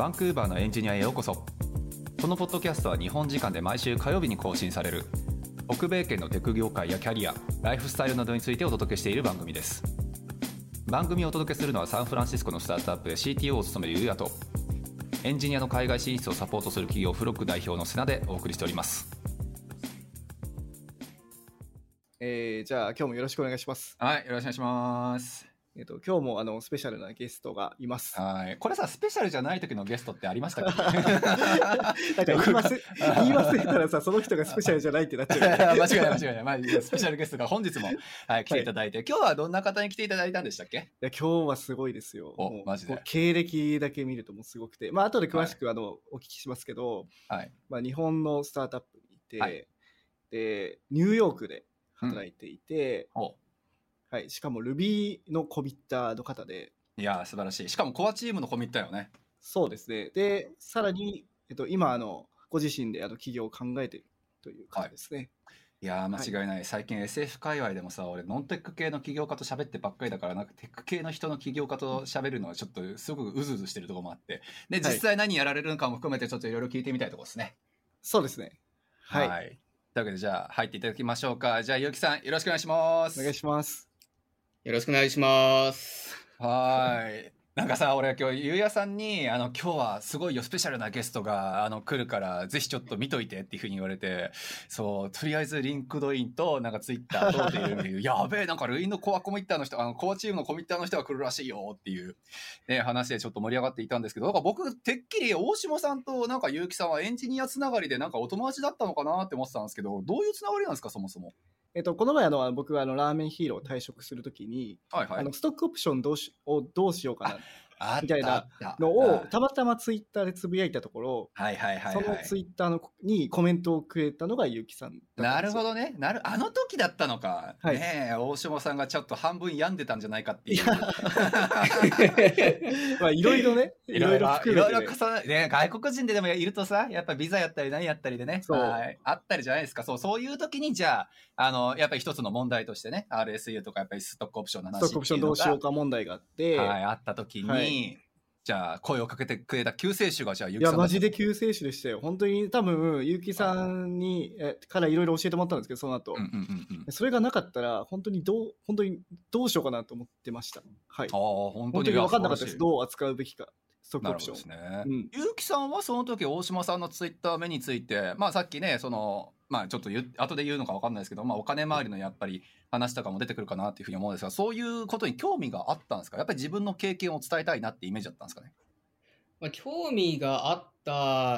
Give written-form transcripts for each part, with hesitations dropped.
バンクーバーのエンジニアへようこそ。このポッドキャストは日本時間で毎週火曜日に更新される北米圏のテク業界やキャリア、ライフスタイルなどについてお届けしている番組です。番組をお届けするのはサンフランシスコのスタートアップで CTO を務めるゆうやと、エンジニアの海外進出をサポートする企業フロック代表の瀬名でお送りしております。 じゃあ今日もよろしくお願いします。 はい、よろしくお願いします。 今日もスペシャルなゲストがいます。 はい、これさ、スペシャルじゃない時のゲストってありましたか？ なんか言い忘れたらさ、その人がスペシャルじゃないってなっちゃう。 間違いない、まあ、スペシャルゲストが本日も、はい、来ていただいて、今日はどんな方に来ていただいたんでしたっけ？ いや今日はすごいですよ。 マジで経歴だけ見るともうすごくて、まあ後で詳しくお聞きしますけど、 はい、 まあ、日本のスタートアップにいて、 はい、 でニューヨークで働いていて、はい、しかも Ruby のコミッターの方で、 いや素晴らしい。しかもコアチームのコミッターよね。 そうですね。でさらに、今ご自身で企業を考えているという方ですね。 いや間違いない、はい、最近 SF 界隈でもさ、俺ノンテック系の起業家と喋ってばっかりだから、なんかテック系の人の起業家と喋るのはちょっとすごくうずうずしてるところもあって、で実際何やられるのかも含めてちょっといろいろ聞いてみたいところですね。 そうですね。はい。 はい、というわけでじゃあ入っていただきましょうか。じゃあゆうきさんよろしくお願いします。 お願いします。 よろしくお願いします。 はい。なんかさ、俺今日ゆうやさんに今日はすごいよスペシャルなゲストが来るからぜひちょっと見といてっていう風に言われて、そうとりあえずリンクドインとなんかツイッター通っているんだけどやべえ、なんかルインのコアコミッターの人、コアチームのコミッターの人が来るらしいよっていう、ね、話でちょっと盛り上がっていたんですけど、なんか僕てっきり大下さんとなんか結城さんはエンジニアつながりでなんかお友達だったのかなって思ってたんですけど、どういうつながりなんですかそもそも？ この前僕はラーメンヒーローを退職するときに、 はいはい、 ストックオプションどうしようかなみたいなのをたまたまツイッターでつぶやいたところ、そのツイッターにコメントをくれたのがゆうきさんだったんですよ。 なるほどね。あの時だったのか、はい、ねえ、大下さんがちょっと半分病んでたんじゃないかっていう。 まあいろいろね、いろいろ重なるね。外国人でもいるとさ、やっぱビザやったり何やったりでね、あったりじゃないですか。そういう時にじゃあやっぱり一つの問題としてね、RSU とかやっぱりストックオプションの話っていうのが、 ストックオプションどうしようか問題があって、 はい、あった時に、はい、じゃあ声をかけてくれた救世主がじゃあゆうきさん。 いやマジで救世主でしたよ。本当に多分ゆうきさんにからいろいろ教えてもらったんですけど、その後、それがなかったら本当にどうしようかなと思ってました。はい。本当に分かんなかったです。どう扱うべきか。ストックオプション。 なるほどですね。ゆうきさんはその時大島さんのツイッター目について、まあさっきねまあちょっと後で言うのか分かんないですけど、まあお金回りのやっぱり話とかも出てくるかなっていうふうに思うんですが、そういうことに興味があったんですか？やっぱり自分の経験を伝えたいなってイメージだったんですかね？ まあ、興味があった、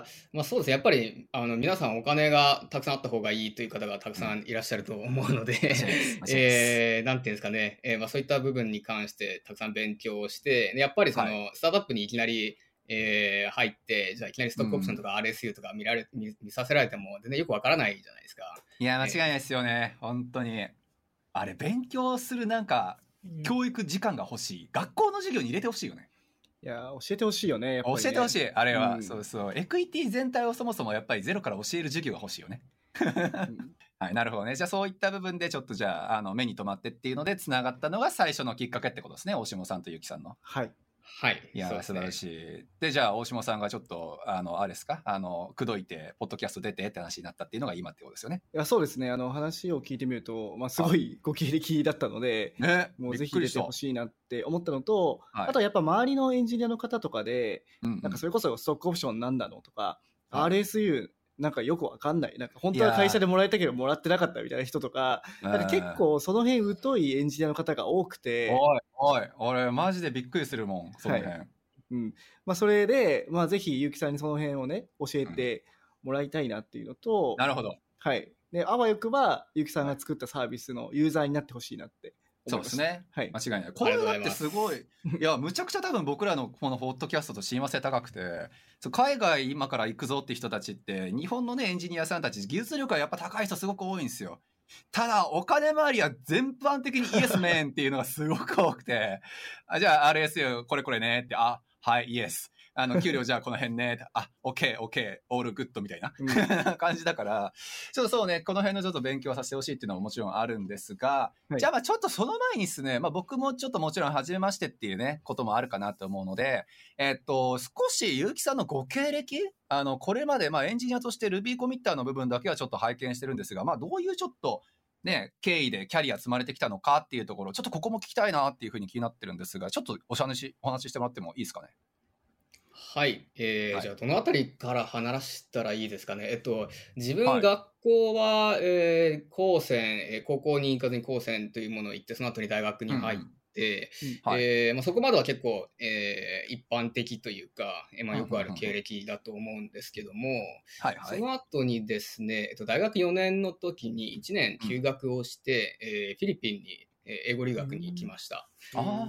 まあ、そうですね。やっぱり皆さんお金がたくさんあった方がいいという方がたくさんいらっしゃると思うので、なんていうんですかね、まあ、そういった部分に関してたくさん勉強をして、やっぱりスタートアップにいきなり入って、じゃあいきなりストックオプションとか RSU とか見させられても全然よくわからないじゃないですか。 いや間違いないですよね、本当に。あれ勉強するなんか教育時間が欲しい、学校の授業に入れてほしいよね。 いや教えてほしいよね、やっぱりね。 教えてほしい、あれは、そうエクイティ全体をそもそもやっぱりゼロから教える授業が欲しいよね。はい、なるほどね。じゃあそういった部分でちょっとじゃあ目に留まってっていうのでつながったのが最初のきっかけってことですね、大下さんとゆきさんの。 はいはい、 いや、素晴らしい。でじゃあ大下さんがちょっとあれですか、口説いてポッドキャスト出てって話になったっていうのが今ってことですよね。 いやそうですね。話を聞いてみると、まあ、すごいご経歴だったので、もうぜひ出てほしいなって思ったのと、あとはやっぱ周りのエンジニアの方とかで、なんかそれこそストックオプションなんだのとか、RSU なんかよくわかんない、なんか本当は会社でもらえたけどもらってなかったみたいな人とか、結構その辺疎いエンジニアの方が多くて、 おい俺マジでびっくりするもん、その辺。 まあ、それで、まあ、ぜひゆうきさんにその辺をね教えてもらいたいなっていうのと、 なるほど。 はい。であわよくばゆうきさんが作ったサービスのユーザーになってほしいなって思いました。 そうですね、 はい、 間違いない。これだってすごい、いやむちゃくちゃ多分僕らのこのポッドキャストと親和性高くて、海外今から行くぞって人たちって日本のねエンジニアさんたち技術力がやっぱ高い人すごく多いんですよ。ただお金回りは全般的にイエスメンっていうのがすごく多くてじゃあ RSU これねってはいイエス給料じゃあこの辺ね、OK、オールグッドみたいな、感じだから、ちょっとそうね、この辺のちょっと勉強させてほしいっていうのはもちろんあるんですが、じゃあまあちょっとその前にですね、僕もちょっともちろん初めましてっていうね、こともあるかなと思うので、少し結城さんのご経歴、これまでエンジニアとして Ruby コミッターの部分だけはちょっと拝見してるんですが、どういうちょっと、ね、経緯でキャリア積まれてきたのかっていうところ、ちょっとここも聞きたいなっていうふうに気になってるんですが、ちょっとお話ししてもらってもいいですかね。 はい。じゃあ、どのあたりから話したらいいですかね。自分、学校は、高専、高校に行かずに高専というものを行って、その後に大学に入って、そこまでは結構、一般的というか、よくある経歴だと思うんですけども、その後にですね、大学4年の時に1年休学をして、フィリピンに、英語留学に行きました。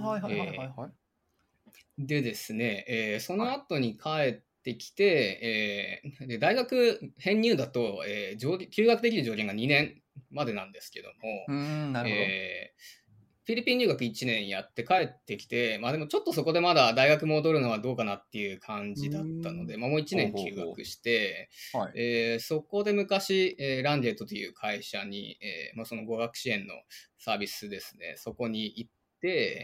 でですね、その後に帰ってきて、で大学編入だと、休学できる条件が2年までなんですけども、 なるほど。 フィリピン留学1年やって帰ってきて、でもちょっとそこでまだ大学戻るのはどうかなっていう感じだったので、もう1年休学して、そこで昔、ランゲートという会社に、その語学支援のサービスですね、そこに行って、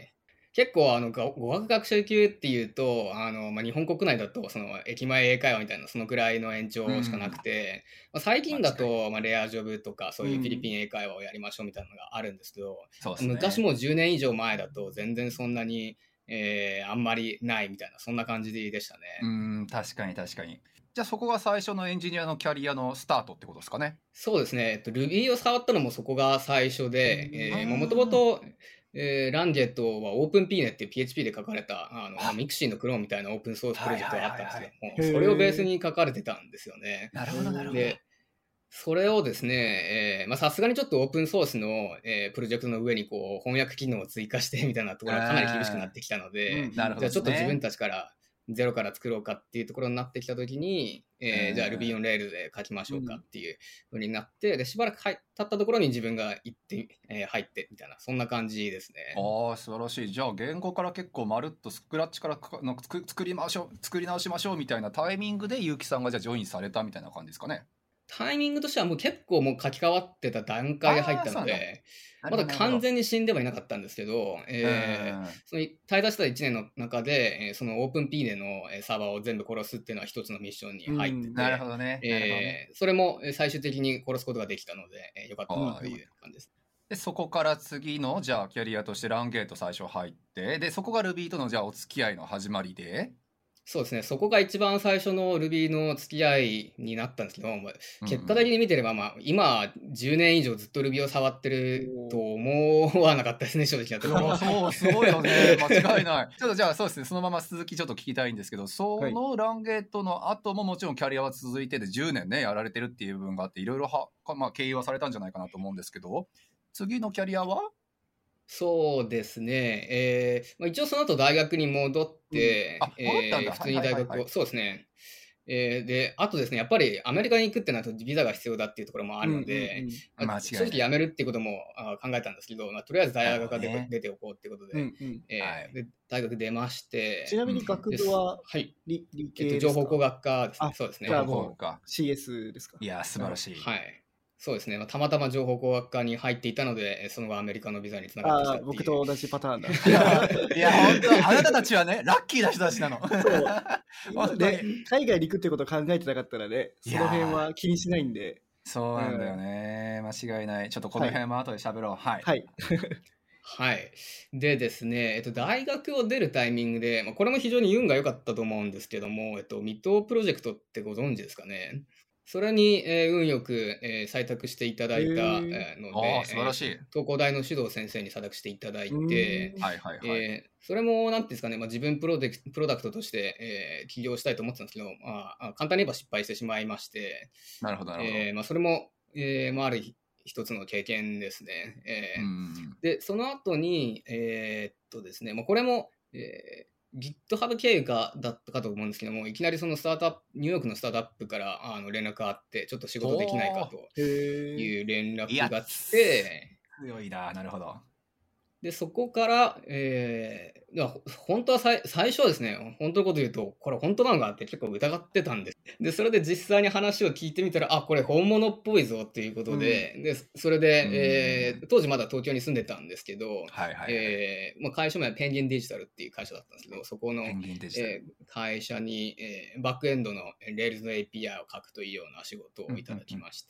結構語学学習級っていうと日本国内だとその駅前英会話みたいなそのくらいの延長しかなくて、最近だとレアジョブとかそういうフィリピン英会話をやりましょうみたいなのがあるんですけど、昔もう10年以上前だと全然そんなに、あんまりないみたいなそんな感じでしたね。 確かに。じゃあそこが最初のエンジニアのキャリアのスタートってことですかね。 そうですね。Ruby を触ったのもそこが最初で、もともとランゲットは OpenPNet っていう PHP で書かれたミクシーのクローンみたいなオープンソースプロジェクトがあったんですけども、それをベースに書かれてたんですよね。 なるほど。 で、それをですね、さすがにちょっとオープンソースの、プロジェクトの上にこう翻訳機能を追加してみたいなところがかなり厳しくなってきたので、じゃあちょっと自分たちからゼロから作ろうかっていうところになってきたときに、じゃあ Ruby on Rails で書きましょうかっていう風になって、でしばらく経ったところに自分が行って、入ってみたいなそんな感じですね。 素晴らしい。じゃあ言語から結構まるっとスクラッチから作り直しましょうみたいなタイミングで結城さんがじゃあジョインされたみたいな感じですかね。 タイミングとしてはもう結構もう書き換わってた段階で入ったので、まだ完全に死んではいなかったんですけど、その滞在した1年の中で、そのオープン P でのサーバーを全部殺すっていうのは一つのミッションに入ってて、 なるほどね。 それも最終的に殺すことができたので、よかったなという感じです。 でそこから次のじゃあキャリアとしてランゲート最初入って、でそこが Ruby とのじゃあお付き合いの始まりで。 そうですね。そこが一番最初の Ruby の付き合いになったんですけど、結果的に見てれば、今10年以上ずっと Ruby を触ってると思わなかったですね、正直なところ。 そう、すごいよね。間違いない。ちょっとじゃあそうですね、そのまま続きちょっと聞きたいんですけど、そのランゲートの後ももちろんキャリアは続いてて10年ね、やられてるっていう部分があって、いろいろ経由はされたんじゃないかなと思うんですけど、次のキャリアは？ そうですね。一応その後大学に戻って、普通に大学を、そうですね。で、あとですね、やっぱりアメリカに行くってなるとビザが必要だっていうところもあるので、正直辞めるっていうことも考えたんですけど、とりあえず大学から出ておこうっていうことで、で大学出まして。 ちなみに学部は理系ですか？ 情報工学科ですね。そうですね。 じゃあもう CS ですか？ いや、素晴らしい。 はい。そうですね。たまたま情報工学科に入っていたので、その後アメリカのビザにつながってきたっていう。 僕と同じパターンだ。 いや、本当、あなたたちはね、ラッキーな人たちなの。 そう。で、海外に行くってことを考えてなかったらね、その辺は気にしないんで。 そうなんだよね。間違いない。ちょっとこの辺も後で喋ろう。はい。 はい。でですね、大学を出るタイミングで、これも非常に運が良かったと思うんですけども、未踏プロジェクトってご存知ですかね。それに、運よく、採択していただいたので、 素晴らしい。 東工大の指導先生に採択していただいて、それも、なんていうんですかね、自分プロダクトとして、起業したいと思ってたんですけど、簡単に言えば失敗してしまいまして、 なるほど。 それも、ある一つの経験ですね。で、その後に、ですね、これも、GitHub 経由だったかと思うんですけども、いきなりそのニューヨークのスタートアップから連絡があって、ちょっと仕事できないかという連絡が来て、 強いな、なるほど。 で、そこから、本当は最初はですね、本当のこと言うと、これ本当なのかって結構疑ってたんです。で、それで実際に話を聞いてみたら、あ、これ本物っぽいぞっていうことで、で、それで、当時まだ東京に住んでたんですけど、会社名はペンギンデジタルっていう会社だったんですけど、そこの、会社に、バックエンドの Rails の API を書くというような仕事をいただきまして、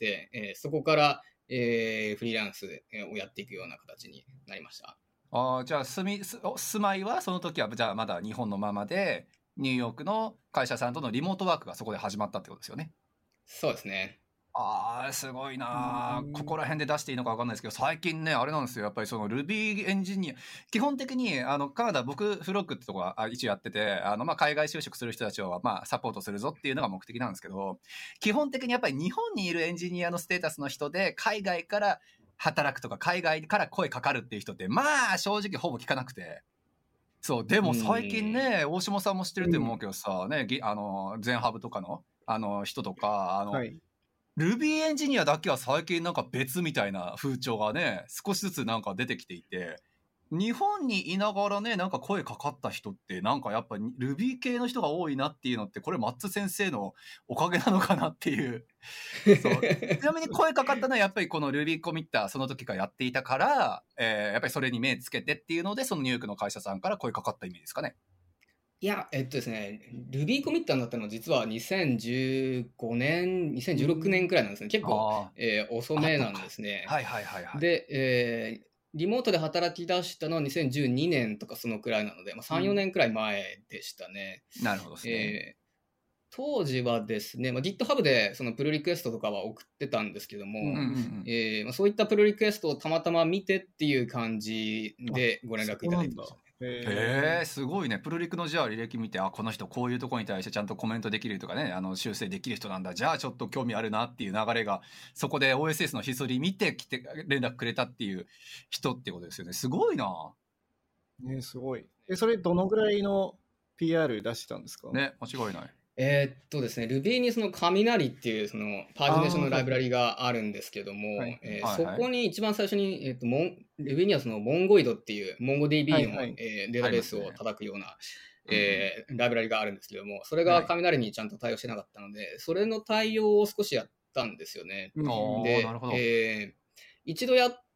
そこから、フリーランスをやっていくような形になりました。 じゃあ住まいはその時はじゃあまだ日本のままでニューヨークの会社さんとのリモートワークがそこで始まったってことですよね。 そうですね。 すごいな。ここら辺で出していいのか分かんないですけど、最近ねあれなんですよ、やっぱりその Ruby エンジニア基本的にカナダ、僕フロックってとこは一応やってて海外就職する人たちをサポートするぞっていうのが目的なんですけど、基本的にやっぱり日本にいるエンジニアのステータスの人で海外から働くとか海外から声かかるっていう人って正直ほぼ聞かなくて、そうでも最近ね、大下さんも知ってると思うけどさ、ね、全ハブとかの人とかRuby エンジニアだけは最近なんか別みたいな風潮がね少しずつなんか出てきていて、日本にいながらねなんか声かかった人ってなんかやっぱ Ruby 系の人が多いなっていうのって、これマッツ先生のおかげなのかなっていうそうちなみに声かかったのはやっぱりこの Ruby コミッターその時からやっていたから、やっぱりそれに目つけてっていうので、そのニューヨークの会社さんから声かかった意味ですかね。 いや、ですね、Ruby コミッターになったのは実は2015年、2016年くらいなんですね。結構、遅めなんですね。で、リモートで働き出したのは2012年とかそのくらいなので、3、4年くらい前でしたね。 なるほどですね。 当時はですね、GitHub でそのプルリクエストとかは送ってたんですけども、そういったプルリクエストをたまたま見てっていう感じでご連絡いただいてました。 すごいね。プルリクのじゃあ履歴見て、この人こういうところに対してちゃんとコメントできるとかね、修正できる人なんだ、じゃあちょっと興味あるなっていう流れが、そこで OSS のヒストリー見てきて連絡くれたっていう人ってことですよね。すごいな。 ね、すごい。それどのぐらいの PR 出したんですかね、間違いない。 ですね、Ruby にその雷っていうそのパージネーションのライブラリがあるんですけども、そこに一番最初に、Ruby にはその Mongoid っていう MongoDB の、データベースを叩くような、ライブラリがあるんですけども、それが雷にちゃんと対応してなかったので、それの対応を少しやったんですよね。で、一度やって、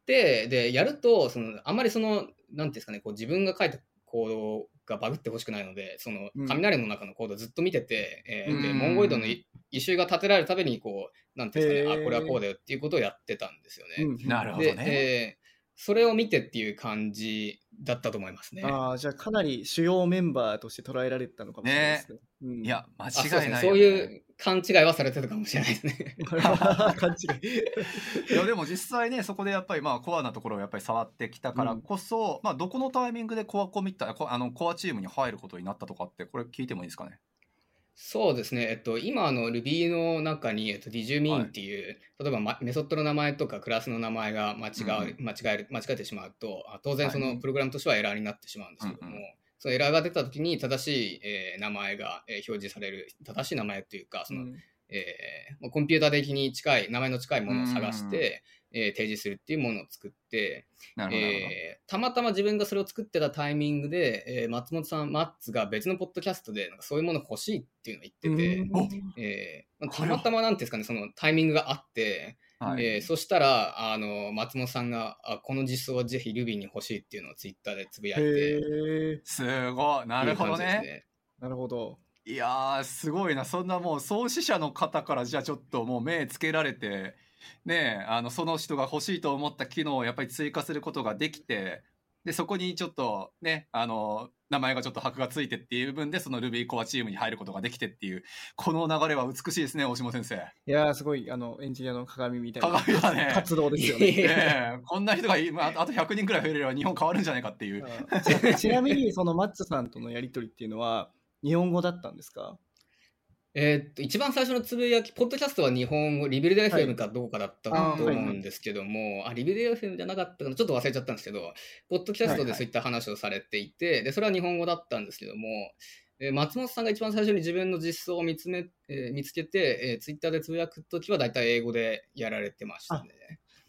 で、やると、あんまりなんていうんですかね、こう自分が書いたコードがバグってほしくないので、その雷の中のコードをずっと見てて、で、モンゴイドのイシューが立てられるたびに、こう、なんていうんですかね、これはこうだよっていうことをやってたんですよね。 なるほどね。 で、それを見てっていう感じだったと思いますね。 じゃあかなり主要メンバーとして捉えられてたのかもしれないですね。 いや、間違いない、 そういう勘違いはされてたかもしれないですね。 勘違い。 いやでも実際ね、そこでやっぱりコアなところをやっぱり触ってきたからこそ、どこのタイミングでコアコミッター、コアチームに入ることになったとかって、これ聞いてもいいですかね。 そうですね。今Ruby の中に、DigiMean っていう、例えばメソッドの名前とかクラスの名前が間違えてしまうと、当然そのプログラムとしてはエラーになってしまうんですけども、そのエラーが出たときに正しい、名前が、表示される、正しい名前というか、コンピューター的に名前の近いものを探して、提示するっていうものを作って、たまたま自分がそれを作ってたタイミングで、松本さん、マッツが別のポッドキャストでそういうもの欲しいっていうのを言ってて、たまたまなんていうんですかね、そのタイミングがあって、そしたら松本さんがこの実装はぜひ Ruby に欲しいっていうのをツイッターでつぶやいて、 すごい、なるほどね。 なるほど。 いやすごいな。そんなもう創始者の方からじゃあちょっともう目つけられてね、その人が欲しいと思った機能をやっぱり追加することができて、でそこにちょっとね名前がちょっと箔がついてっていう分でその Ruby コアチームに入ることができてっていう、この流れは美しいですね、大下先生。 いやすごいエンジニアの鏡みたいな鏡だ、ね、 活動ですよね。 こんな人があと100人くらい増えれば日本変わるんじゃないかっていう。 ちなみにそのマッツさんとのやり取りっていうのは日本語だったんですか？ 一番最初のつぶやき、ポッドキャストは日本語、リビルド FM かどうかだったと思うんですけども、リビルド FM じゃなかったかな、ちょっと忘れちゃったんですけど、ポッドキャストでそういった話をされていて、でそれは日本語だったんですけども、松本さんが一番最初に自分の実装を見つけて、ツイッターでつぶやくときは大体英語でやられてましたね。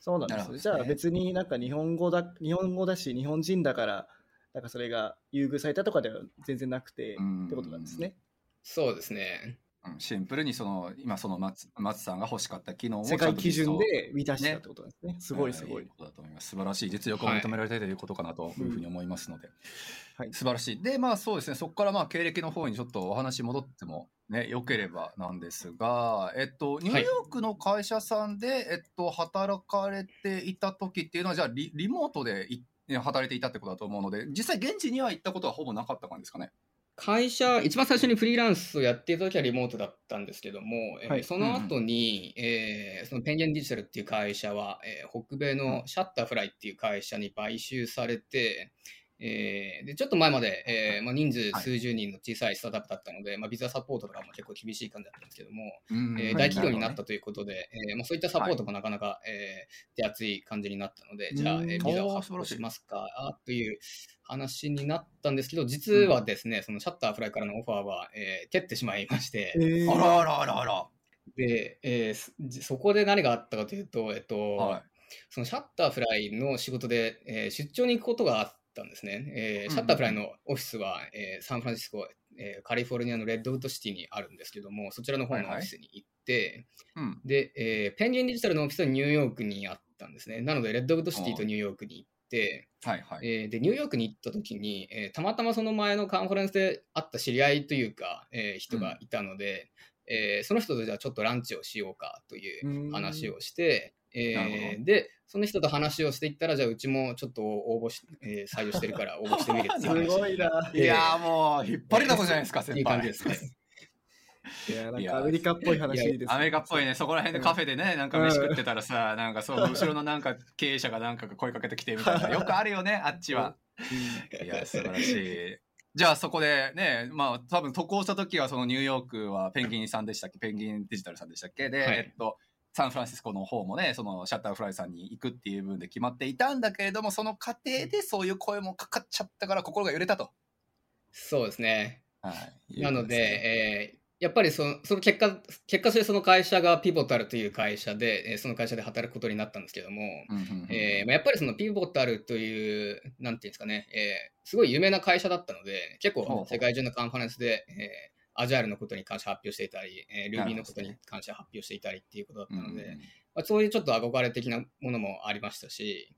そうなんです。じゃあ別になんか日本語だし、日本人だから、なんかそれが優遇されたとかでは全然なくてってことなんですね。 そうですね。 シンプルに今その松さんが欲しかった機能を世界基準で満たしたってことなんですね。すごいすごい。 ことだと思います。素晴らしい実力を認められているということかなというふうに思いますので、素晴らしい。でまあそうですね、そこからまあ経歴の方にちょっとお話戻ってもねよければなんですが、ニューヨークの会社さんで、働かれていた時っていうのはじゃあリモートで働いていたってことだと思うので、実際現地には行ったことはほぼなかった感じですかね。 一番最初にフリーランスをやっていた時はリモートだったんですけども、その後に、そのペンギンデジタルっていう会社は、北米のシャッターフライっていう会社に買収されて、でちょっと前まで、人数数十人の小さいスタートアップだったので、ビザサポートとかも結構厳しい感じだったんですけども、大企業になったということで、そういったサポートもなかなか、手厚い感じになったので、じゃあ、ビザを発行しますかという話になったんですけど、実はですね、そのシャッターフライからのオファーは、蹴ってしまいまして、 あら。 で、そこで何があったかというと、そのシャッターフライの仕事で、出張に行くことがあったんですね。シャッターフライのオフィスは、サンフランシスコ、カリフォルニアのレッドウッドシティにあるんですけども、そちらの方のオフィスに行って、で、ペンギンデジタルのオフィスはニューヨークにあったんですね。なので、レッドウッドシティとニューヨークに行って、でニューヨークに行った時に、たまたまその前のカンファレンスで会った知り合いというか、人がいたので、その人とじゃあちょっとランチをしようかという話をして、でその人と話をしていったら、じゃあうちもちょっと採用してるから応募してみるっていう話すごいな。 いやもう引っ張りだこじゃないですか、先輩。 いい感じですね。 いやなんかアメリカっぽい話ですね。 アメリカっぽいね。そこら辺でカフェでね、なんか飯食ってたらさ、なんかそう後ろのなんか経営者がなんか声かけてきてみたいな、よくあるよね、あっちは。いや素晴らしい。じゃあそこでね、多分渡航した時はそのニューヨークはペンギンさんでしたっけ、ペンギンデジタルさんでしたっけで、サンフランシスコの方もね、そのシャッターフライさんに行くっていう部分で決まっていたんだけれども、その過程でそういう声もかかっちゃったから心が揺れたと。 そうですね。なので、やっぱりその結果としてその会社がピボタルという会社で、その会社で働くことになったんですけども、やっぱりそのピボタルという、なんていうんですかね、すごい有名な会社だったので、結構世界中のカンファレンスで、アジャイルのことに関して発表していたり、Ruby のことに関して発表していたりっていうことだったので、そういうちょっと憧れ的なものもありましたし、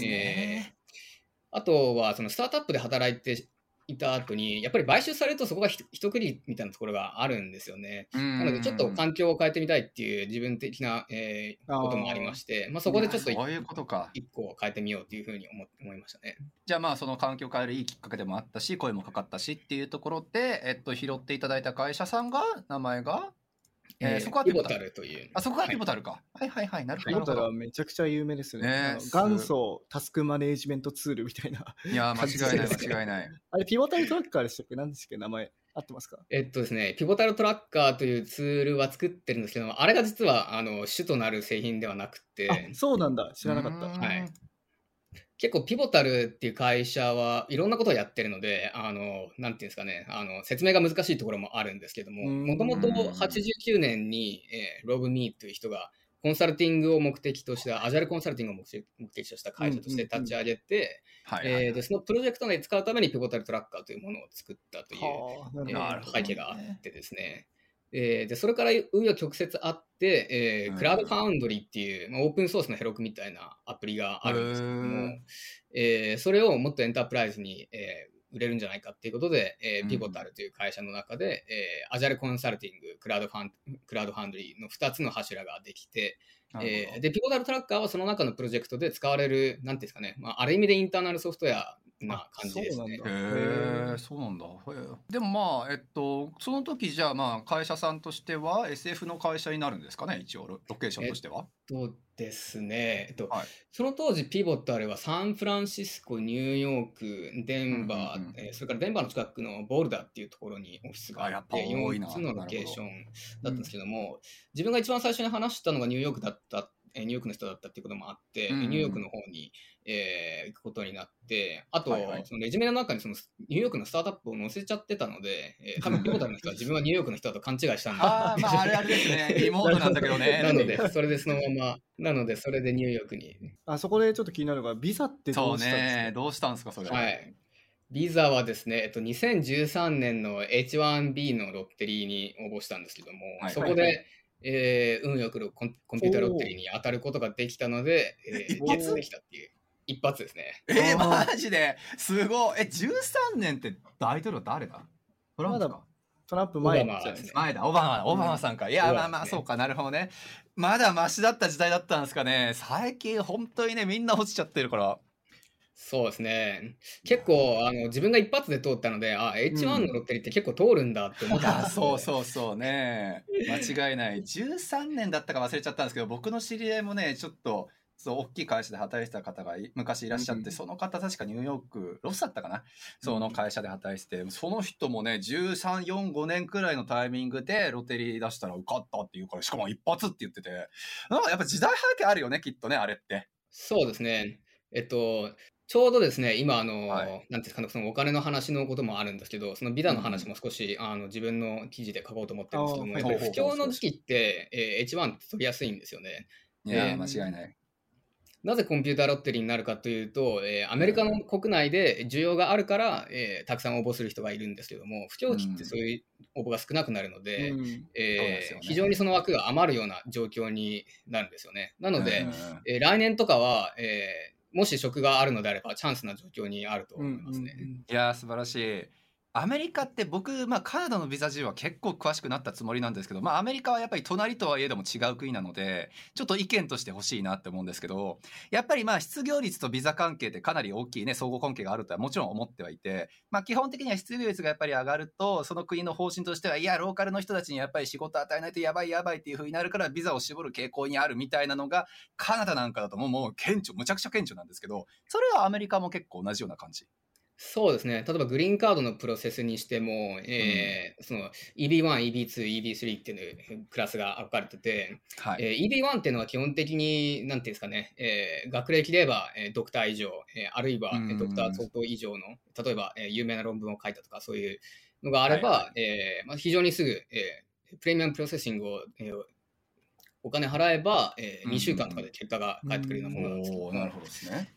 あとはそのスタートアップで働いていた後に、やっぱり買収されるとそこが一区切りみたいなところがあるんですよね。なのでちょっと環境を変えてみたいっていう自分的な、こともありまして、そこでちょっと一個変えてみようっていうふうに思いましたね。 じゃあその環境を変えるいいきっかけでもあったし、声もかかったしっていうところで、拾っていただいた会社さんが名前がそこはピボタルという。 そこがピボタルか。なるほど。 ピボタルはめちゃくちゃ有名ですね。元祖タスクマネジメントツールみたいな。 いや、間違いない。 あれ、ピボタルトラッカーでしたっけ？何でしたっけ？名前合ってますか？ ですね、ピボタルトラッカーというツールは作ってるんですけど、あれが実は主となる製品ではなくて。 そうなんだ。知らなかった。 はい。結構ピボタルっていう会社はいろんなことをやってるので、なんていうんですかね、説明が難しいところもあるんですけども、もともと89年に、ロブミーという人がコンサルティングを目的とした、アジャイルコンサルティングを目的とした会社として立ち上げて、でそのプロジェクト内で使うためにピボタルトラッカーというものを作ったという、背景があってですね。でそれから紆余曲折あって、クラウドファウンドリーっていう、オープンソースのヘロクみたいなアプリがあるんですけども、それをもっとエンタープライズに、売れるんじゃないかっていうことで、ピボタルという会社の中で、アジャイルコンサルティング、クラウドファンドリーの2つの柱ができて、でピボタルトラッカーはその中のプロジェクトで使われる、なんていうんですかね、ある意味でインターナルソフトウェアな感じですね。 そうなんだ。でもその時じゃあ会社さんとしては SF の会社になるんですかね、一応ロケーションとしては。 ですね、その当時ピボタルはサンフランシスコ、ニューヨーク、デンバー、それからデンバーの近くのボルダーっていうところにオフィスがあって4つのロケーションだったんですけども、自分が一番最初に話したのがニューヨークだったニューヨークの人だったっていうこともあって、ニューヨークの方に、行くことになって、あと、そのレジュメの中にそのニューヨークのスタートアップを載せちゃってたので、多分ピボタルの人は自分はニューヨークの人だと勘違いしたんだ。 あれですね。リモートなんだけどね。 なので、それでそのまま、なので、それでニューヨークに。 そこでちょっと気になるのが、ビザってどうしたんですか？ そうね、どうしたんですか、それ。 はい。ビザはですね、2013年の H1B のロッテリーに応募したんですけども、そこで、運よくコンピューターロッテリーに当たることができたので、 一発できたっていう。一発ですね。 マジですごい。13年って大統領誰だ？トランプか。 トランプ前ですね。 前だ、オバマさんか。いや、まあ、そうか、なるほどね。まだマシだった時代だったんですかね。最近、本当にね、みんな落ちちゃってるから。 そうですね。結構、自分が一発で通ったので、H1 のロッテリーって結構通るんだって思ったんですよ。 そうね。間違いない。13年だったか忘れちゃったんですけど、僕の知り合いもね、ちょっと、大きい会社で働いてた方が昔いらっしゃって、その方確かニューヨーク、ロスだったかな、その会社で働いてて、その人もね、13、4、5年くらいのタイミングでロッテリー出したら受かったっていうから、しかも一発って言ってて、なんかやっぱ時代背景あるよね、きっとね、あれって。 そうですね。ちょうどですね、今、なんていうんですかね、そのお金の話のこともあるんですけど、そのビザの話も少し、自分の記事で書こうと思ってるんですけども、やっぱり不況の時期って、H1 って取りやすいんですよね。 いや、間違いない。 なぜコンピューターロッテリーになるかというと、アメリカの国内で需要があるから、たくさん応募する人がいるんですけども、不況期ってそういう応募が少なくなるので、非常にその枠が余るような状況になるんですよね。なので、来年とかは、もし職があるのであればチャンスな状況にあると思いますね。 いや素晴らしい。アメリカって僕、カナダのビザ事情は結構詳しくなったつもりなんですけど、アメリカはやっぱり隣とはいえども違う国なので、ちょっと意見として欲しいなって思うんですけど、やっぱり失業率とビザ関係ってかなり大きいね、相互関係があるとはもちろん思ってはいて、基本的には失業率がやっぱり上がると、その国の方針としては、いや、ローカルの人たちにやっぱり仕事与えないとやばいっていう風になるから、ビザを絞る傾向にあるみたいなのが、カナダなんかだともうむちゃくちゃ顕著なんですけど、それはアメリカも結構同じような感じ。 そうですね。例えばグリーンカードのプロセスにしても、その EB1、EB2、EB3 っていうクラスが分かれてて、EB1 っていうのは基本的に、なんていうんですかね、学歴で言えば、ドクター以上、あるいは、ドクター相当以上の、例えば、有名な論文を書いたとか、そういうのがあれば、非常にすぐ、プレミアムプロセッシングを、お金払えば、2週間とかで結果が返ってくるようなものなんですけど、 なるほどですね。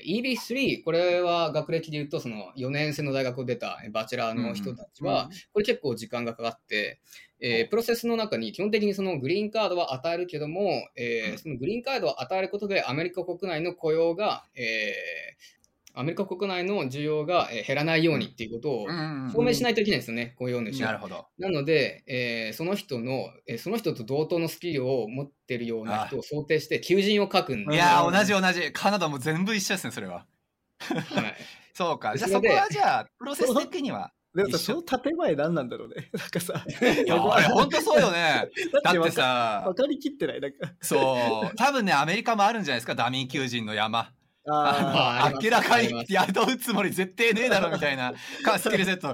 EB3、これは学歴で言うと、その4年生の大学を出たバチェラーの人たちは、これ結構時間がかかって、プロセスの中に基本的にそのグリーンカードは与えるけども、そのグリーンカードを与えることでアメリカ国内の雇用が、アメリカ国内の需要が減らないようにっていうことを証明しないといけないんですよね、雇用主は。 なるほど。 なので、その人と同等のスキルを持っているような人を想定して求人を書くんで。 いや、同じ。カナダも全部一緒ですね、それは。はい。そうか。じゃあそこはじゃあ、プロセス的には。 でもその建前何なんだろうね。なんかさ。 いや、あれ本当そうよね。だってさ。 分かりきってない。なんかそう。多分ね、アメリカもあるんじゃないですか、ダミー求人の山。明らかに宿うつもり絶対ねえだろみたいなスキルセット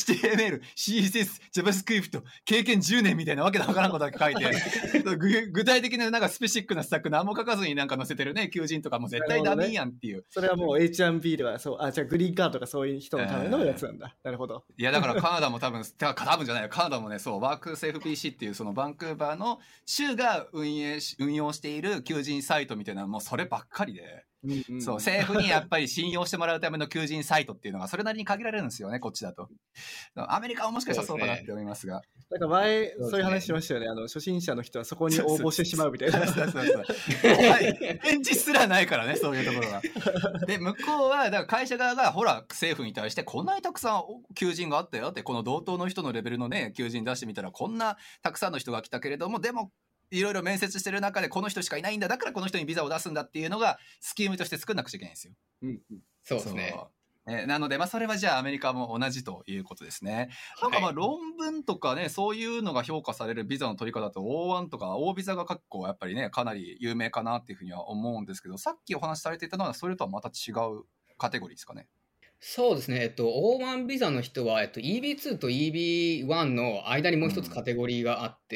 HTML、CSS、JavaScript 経験10年みたいなわけのわからんことだけ書いて具体的ななんかスペシックなスタック何も書かずになんか載せてるね求人とかも絶対ダメやんっていう、 それはもう H1B とかそうじゃあグリーンカードとかそういう人のためのやつなんだ、なるほど。 いやだからカナダも多分じゃないよ、カナダもね、そうワークセーフ PC っていうそのバンクーバーの州が運用している求人サイトみたいなもうそればっかりで、そう政府にやっぱり信用してもらうための求人サイトっていうのがそれなりに限られるんですよね、こっちだと。アメリカはもしかしたらそうかなって思いますが、 なんか前そういう話しましたよね。初心者の人はそこに応募してしまうみたいな。 返事すらないからね、そういうところは。で向こうはだから会社側がほら政府に対してこんなにたくさん求人があったよって、この同等の人のレベルのね求人出してみたらこんなたくさんの人が来たけれども、でもいろいろ面接してる中でこの人しかいないんだ、だからこの人にビザを出すんだっていうのがスキームとして作んなくちゃいけないんですよ。 そうですね。 なのでそれはじゃあアメリカも同じということですね。なんか論文とかね、そういうのが評価されるビザの取り方だと O1 とか O ビザが結構やっぱりねかなり有名かなっていうふうには思うんですけど、さっきお話しされていたのはそれとはまた違うカテゴリーですかね。 そうですね。O1 ビザの人は、EB2 と EB1 の間にもう一つカテゴリーがあって、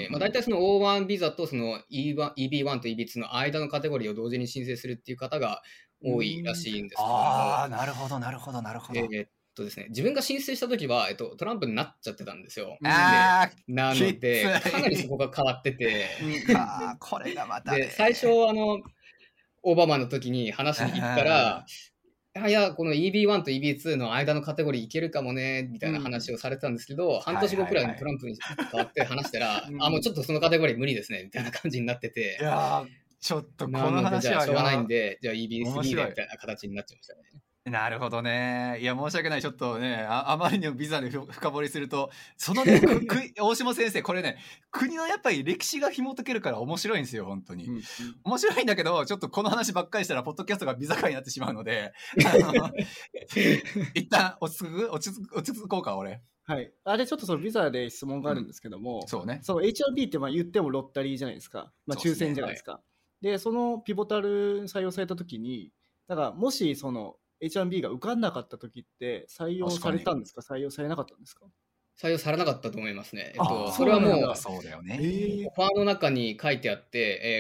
大体その O1 ビザとその EB1 と EB2 の間のカテゴリーを同時に申請するっていう方が多いらしいんですけども。 ああ、なるほど、なるほど、なるほど。 ですね、自分が申請したときは、トランプになっちゃってたんですよ。 なので、かなりそこが変わってて。 これがまた、ね。 で、最初、オバマの時に話しに行ったら、いや、この EB1 と EB2 の間のカテゴリーいけるかもね、みたいな話をされてたんですけど、半年後くらいにトランプに変わって話したら、もうちょっとそのカテゴリー無理ですね、みたいな感じになってて。 いやちょっとこの話はじゃあしょうがないんで、じゃあ EB3 でみたいな形になっちゃいましたね。 なるほどね。いや、申し訳ない。ちょっとね、あまりにもビザで深掘りすると、そのね、大下先生、これね、国のやっぱり歴史が紐解けるから面白いんですよ、本当に。面白いんだけど、ちょっとこの話ばっかりしたら、ポッドキャストがビザ化になってしまうので、一旦落ち着こうか、俺。 はい。で、ちょっとそのビザで質問があるんですけども、 そうね。 その H1B って言ってもロッタリーじゃないですか。抽選じゃないですか。で、そのピボタル採用されたときに、だからもしその、H1B が受かんなかった時って採用されたんですか？採用されなかったんですか？ 採用されなかったと思いますね。それはもう、 そうだよね。 オファーの中に書いてあって、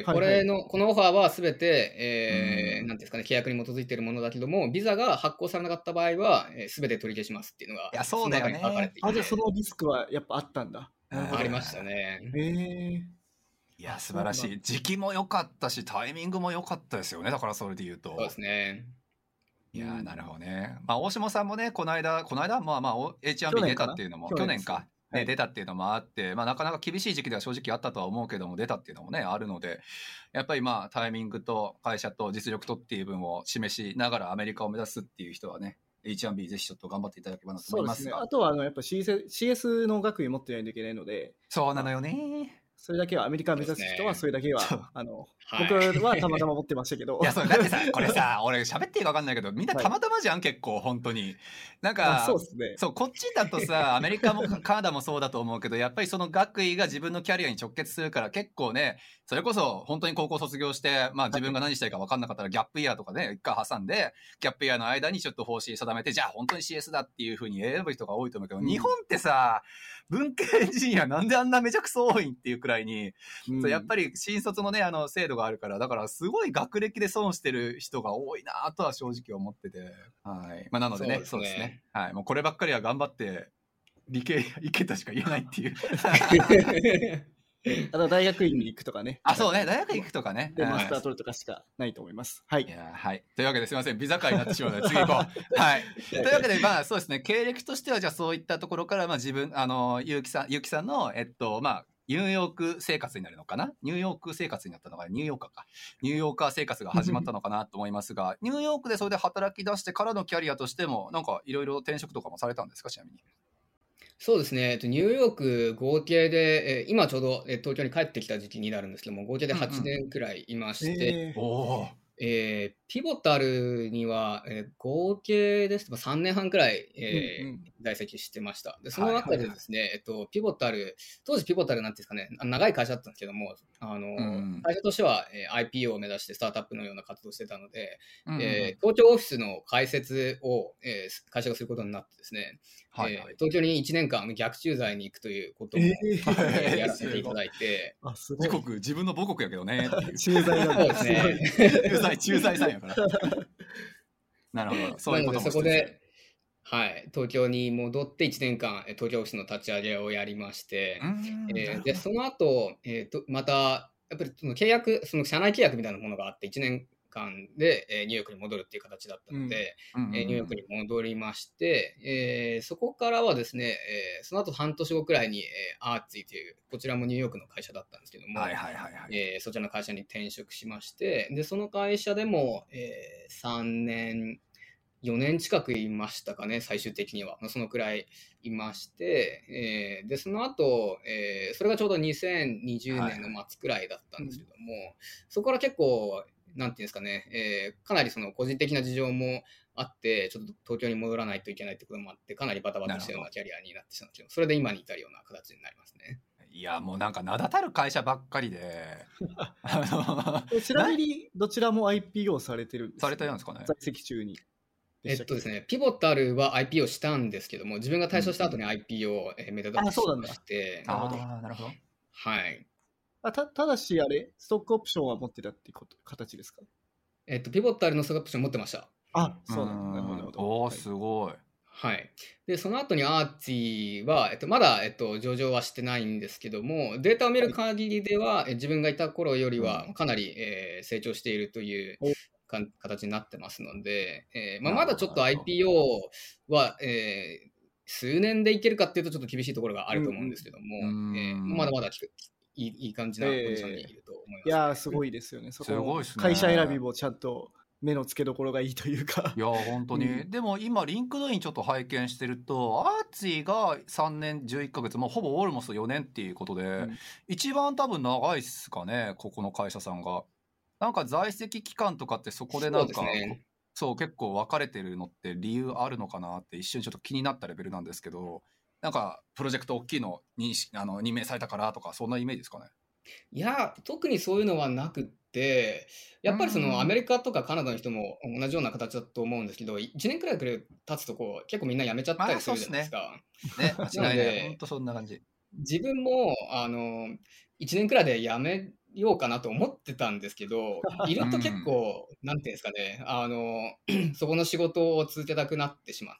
このオファーはすべて、なんですかね、契約に基づいているものだけども、ビザが発行されなかった場合は、すべて取り消しますっていうのが、 その中に書かれていて。 じゃあそのリスクはやっぱあったんだ。 ありましたね。 いや、素晴らしい。時期も良かったし、タイミングも良かったですよね。だからそれで言うと。 そうですね。 いやなるほどね。大下さんもね、この間、H1B 出たっていうのも、去年か、ね、出たっていうのもあって、なかなか厳しい時期では正直あったとは思うけども、出たっていうのもね、あるので、やっぱりタイミングと会社と実力とっていう部分を示しながらアメリカを目指すっていう人はね、H1B ぜひちょっと頑張っていただければなと思いますが。 そうですね。あとはやっぱ CS の学位持ってないといけないので。 そうなのよね。 それだけはアメリカを目指す人はそれだけは、僕はたまたま持ってましたけど。 いや、だってさ、これさ、俺喋っていいか分かんないけど、みんなたまたまじゃん、結構、本当に。なんか、 そうですね。 そう、こっちだとさ、アメリカもカナダもそうだと思うけど、やっぱりその学位が自分のキャリアに直結するから、結構ね、それこそ本当に高校卒業して、自分が何したいか分かんなかったら、ギャップイヤーとかね、一回挟んで、ギャップイヤーの間にちょっと方針定めて、じゃあ本当に CS だっていう風に選ぶ人が多いと思うけど、日本ってさ、文系エンジニアなんであんなめちゃくそ多いんっていうくらいに、やっぱり新卒のね、制度があるから、だからすごい学歴で損してる人が多いなとは正直思ってて。はい。なのでね、そうですね。はい。もうこればっかりは頑張って、理系いけたしか言えないっていう。 大学院に行くとかね。 そうね、大学行くとかね。 で、マスター取るとかしかないと思います。はい。 はい。というわけですいません、ビザ会になってしまうので、次行こう。はい。というわけで、そうですね、経歴としては、じゃあそういったところから、自分、結城さんの、ニューヨーク生活になるのかな？ニューヨーク生活になったのか、ニューヨーカーか。ニューヨーカー生活が始まったのかなと思いますが、ニューヨークでそれで働き出してからのキャリアとしても、なんかいろいろ転職とかもされたんですか、ちなみに。 そうですね、ニューヨーク合計で、今ちょうど東京に帰ってきた時期になるんですけども、合計で8年くらいいまして、ピボタルには、合計ですと3年半くらい、在籍してました。でその中でですね、ピボタル、当時ピボタルなんていうんですかね、長い会社だったんですけども、会社としては、IPO を目指してスタートアップのような活動をしてたので、東京オフィスの開設を、会社がすることになってですね、東京に1年間逆駐在に行くということも、やらせていただいて、 自分の母国やけどねっていう。 駐在なんですね。 駐在さんやから。なるほど。そういうこともそこで、東京に戻って1年間、東京オフィスの立ち上げをやりまして、で、その後、また、やっぱりその社内契約みたいなものがあって、1年間で、ニューヨークに戻るっていう形だったので、ニューヨークに戻りまして、そこからはですね、その後半年後くらいに、アーツィという、こちらもニューヨークの会社だったんですけども、そちらの会社に転職しまして、で、その会社でも、3年、4年近くいましたかね、最終的には。そのくらいいまして、で、その後、それがちょうど2020年の末くらいだったんですけども、そこから結構、なんていうんですかね、かなりその個人的な事情もあって、ちょっと東京に戻らないといけないってこともあって、かなりバタバタしたようなキャリアになってしまったんですけど、それで今に至るような形になりますね。 いや、もうなんか名だたる会社ばっかりで。 ちなみに、どちらも IPO されてるんですか？ されたんですかね。 在籍中に。 ですね、ピボタルは IPO したんですけども、自分が退所した後に IPO をめでたくしまして、 なるほど。 はい。 ただし、ストックオプションは持ってたって形ですか？ ピボタルのストックオプション持ってました。 そうなんだ。なるほど。 すごい。 はい。で、その後にアーチーは、まだ、上場はしてないんですけども、データを見る限りでは、自分がいた頃よりはかなり、成長しているという形になってますので、まだちょっと IPO は、数年でいけるかっていうとちょっと厳しいところがあると思うんですけども、まだまだいい感じなポジションにいると思います、ね。 いやー、すごいですよね。そこも会社選びもちゃんと目の付けどころがいいというか。 いや本当に、でも今リンクドインちょっと拝見してると、アーチーが3年11ヶ月、もうほぼオールモスト4年っていうことで、一番多分長いっすかね、ここの会社さんが。なんか在籍期間とかってそこでなんかそう結構分かれてるのって理由あるのかなって一瞬ちょっと気になったレベルなんですけど、なんかプロジェクト大きいのに任命されたからとかそんなイメージですかね？ いや特にそういうのはなくて、やっぱりそのアメリカとかカナダの人も同じような形だと思うんですけど、1年くらい経つと結構みんな辞めちゃったりするじゃないですか。 ね、間違いない。本当そんな感じ。 自分も1年くらいで辞めようかなと思ってたんですけど、いると結構なんていうんですかね、そこの仕事を続けたくなってしまって、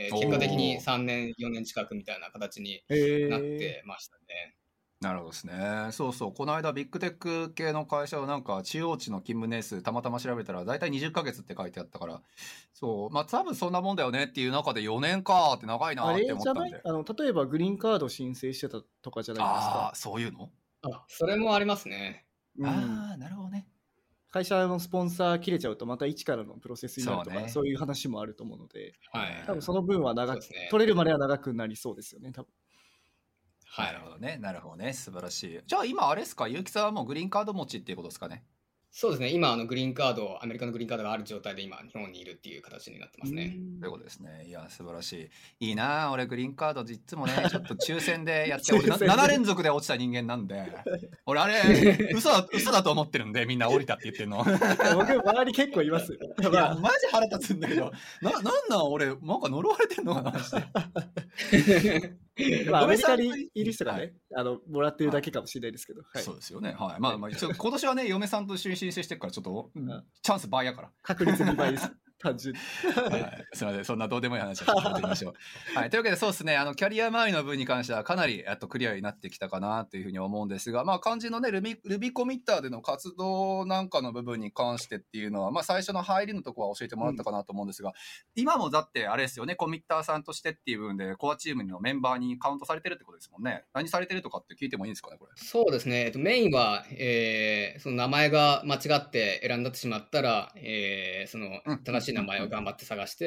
結果的に3年4年近くみたいな形になってましたね。 なるほどですね。そうそう、この間ビッグテック系の会社をなんか中央値の勤務年数たまたま調べたら大体20ヶ月って書いてあったから、そう、多分そんなもんだよねっていう中で4年かって長いなって思ったんで。 例えばグリーンカード申請してたとかじゃないですか。 そういうの？ それもありますね。 なるほどね。 会社のスポンサー切れちゃうとまた一からのプロセスになるとか、そういう話もあると思うので、多分その分は取れるまでは長くなりそうですよね、多分。 なるほどね、なるほどね、素晴らしい。じゃあ今あれですか、結城さんはもうグリーンカード持ちっていうことですかね？ そうですね、今グリーンカード、アメリカのグリーンカードがある状態で今日本にいるっていう形になってますね。 ということですね。いや素晴らしい。いいな、俺グリーンカードいつもねちょっと抽選でやって俺7連続で落ちた人間なんで、俺あれ嘘だと思ってるんで、みんな降りたって言ってるの。 僕周り結構いますよ。 いやマジ腹立つんだけど、なん俺なんか呪われてんのかなして。 アメリカにいる人がね、もらってるだけかもしれないですけど、 そうですよね。はい。一応今年はね、嫁さんと一緒に申請してるからちょっと、チャンス倍やから。 確率2倍です。単純に。 すみません、そんなどうでもいい話をしてみましょう。はい、というわけでそうですね、キャリア周りの分に関してはかなりクリアになってきたかなというふうに思うんですが、肝心のね、ルビコミッターでの活動なんかの部分に関してっていうのは、最初の入りのところは教えてもらったかなと思うんですが、今もだってあれですよね、コミッターさんとしてっていう部分でコアチームのメンバーにカウントされてるってことですもんね。何されてるとかって聞いてもいいんですかね、これ。 そうですね、メインは、その名前が間違って選んでしまったら、その正しい名前を頑張って探して、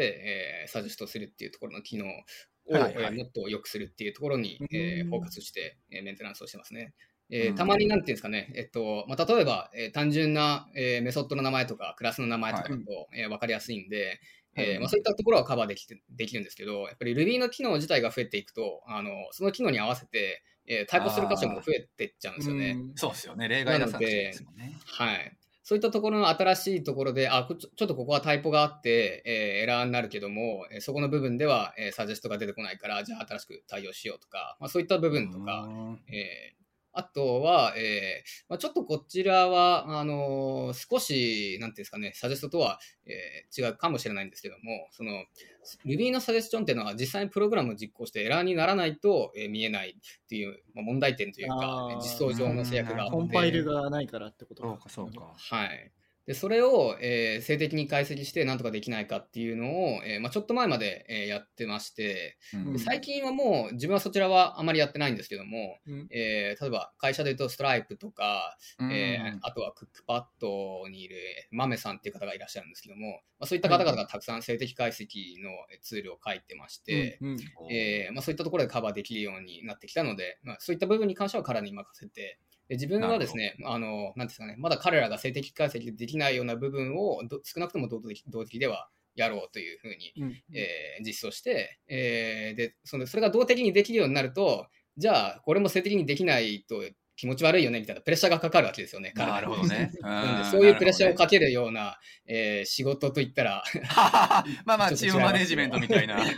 サジェストするっていうところの機能を、もっと良くするっていうところに、フォーカスして、メンテナンスをしてますね。たまになんていうんですかね、例えば、単純な、メソッドの名前とかクラスの名前とかだと、分かりやすいんで、そういったところはカバーできるんですけど、やっぱり Ruby の機能自体が増えていくと、その機能に合わせて、対抗する箇所も増えていっちゃうんですよね。 そうですよね、例外だったんですもんね。 はい。そういったところの新しいところで、ちょっとここはタイプがあって、エラーになるけども、そこの部分では、サジェストが出てこないから、じゃあ新しく対応しようとか、そういった部分とか、あとは、ちょっとこちらは、少し、なんていうんですかね、サジェストとは、違うかもしれないんですけども、その、Ruby のサジェスチョンっていうのは実際にプログラムを実行してエラーにならないと、見えないっていう、問題点というか、実装上の制約があって。 コンパイルがないからってことか。そうか。 はい。でそれを、静的に解析して何とかできないかっていうのを、ちょっと前まで、やってまして、で最近はもう自分はそちらはあまりやってないんですけども、例えば会社で言うとストライプとか、あとはクックパッドにいるマメさんっていう方がいらっしゃるんですけども、そういった方々がたくさん静的解析のツールを書いてまして、そういったところでカバーできるようになってきたので、そういった部分に関しては彼に任せて、で自分はですね、なんですかね、まだ彼らが静的解析できないような部分を少なくとも同的ではやろうというふうに、実装して、でそれが動的にできるようになると、じゃあこれも静的にできないと気持ち悪いよねみたいなプレッシャーがかかるわけですよね。 なるほどね。 なんでそういうプレッシャーをかけるような、仕事といったらまあまあチームマネジメントみたいな、 はい、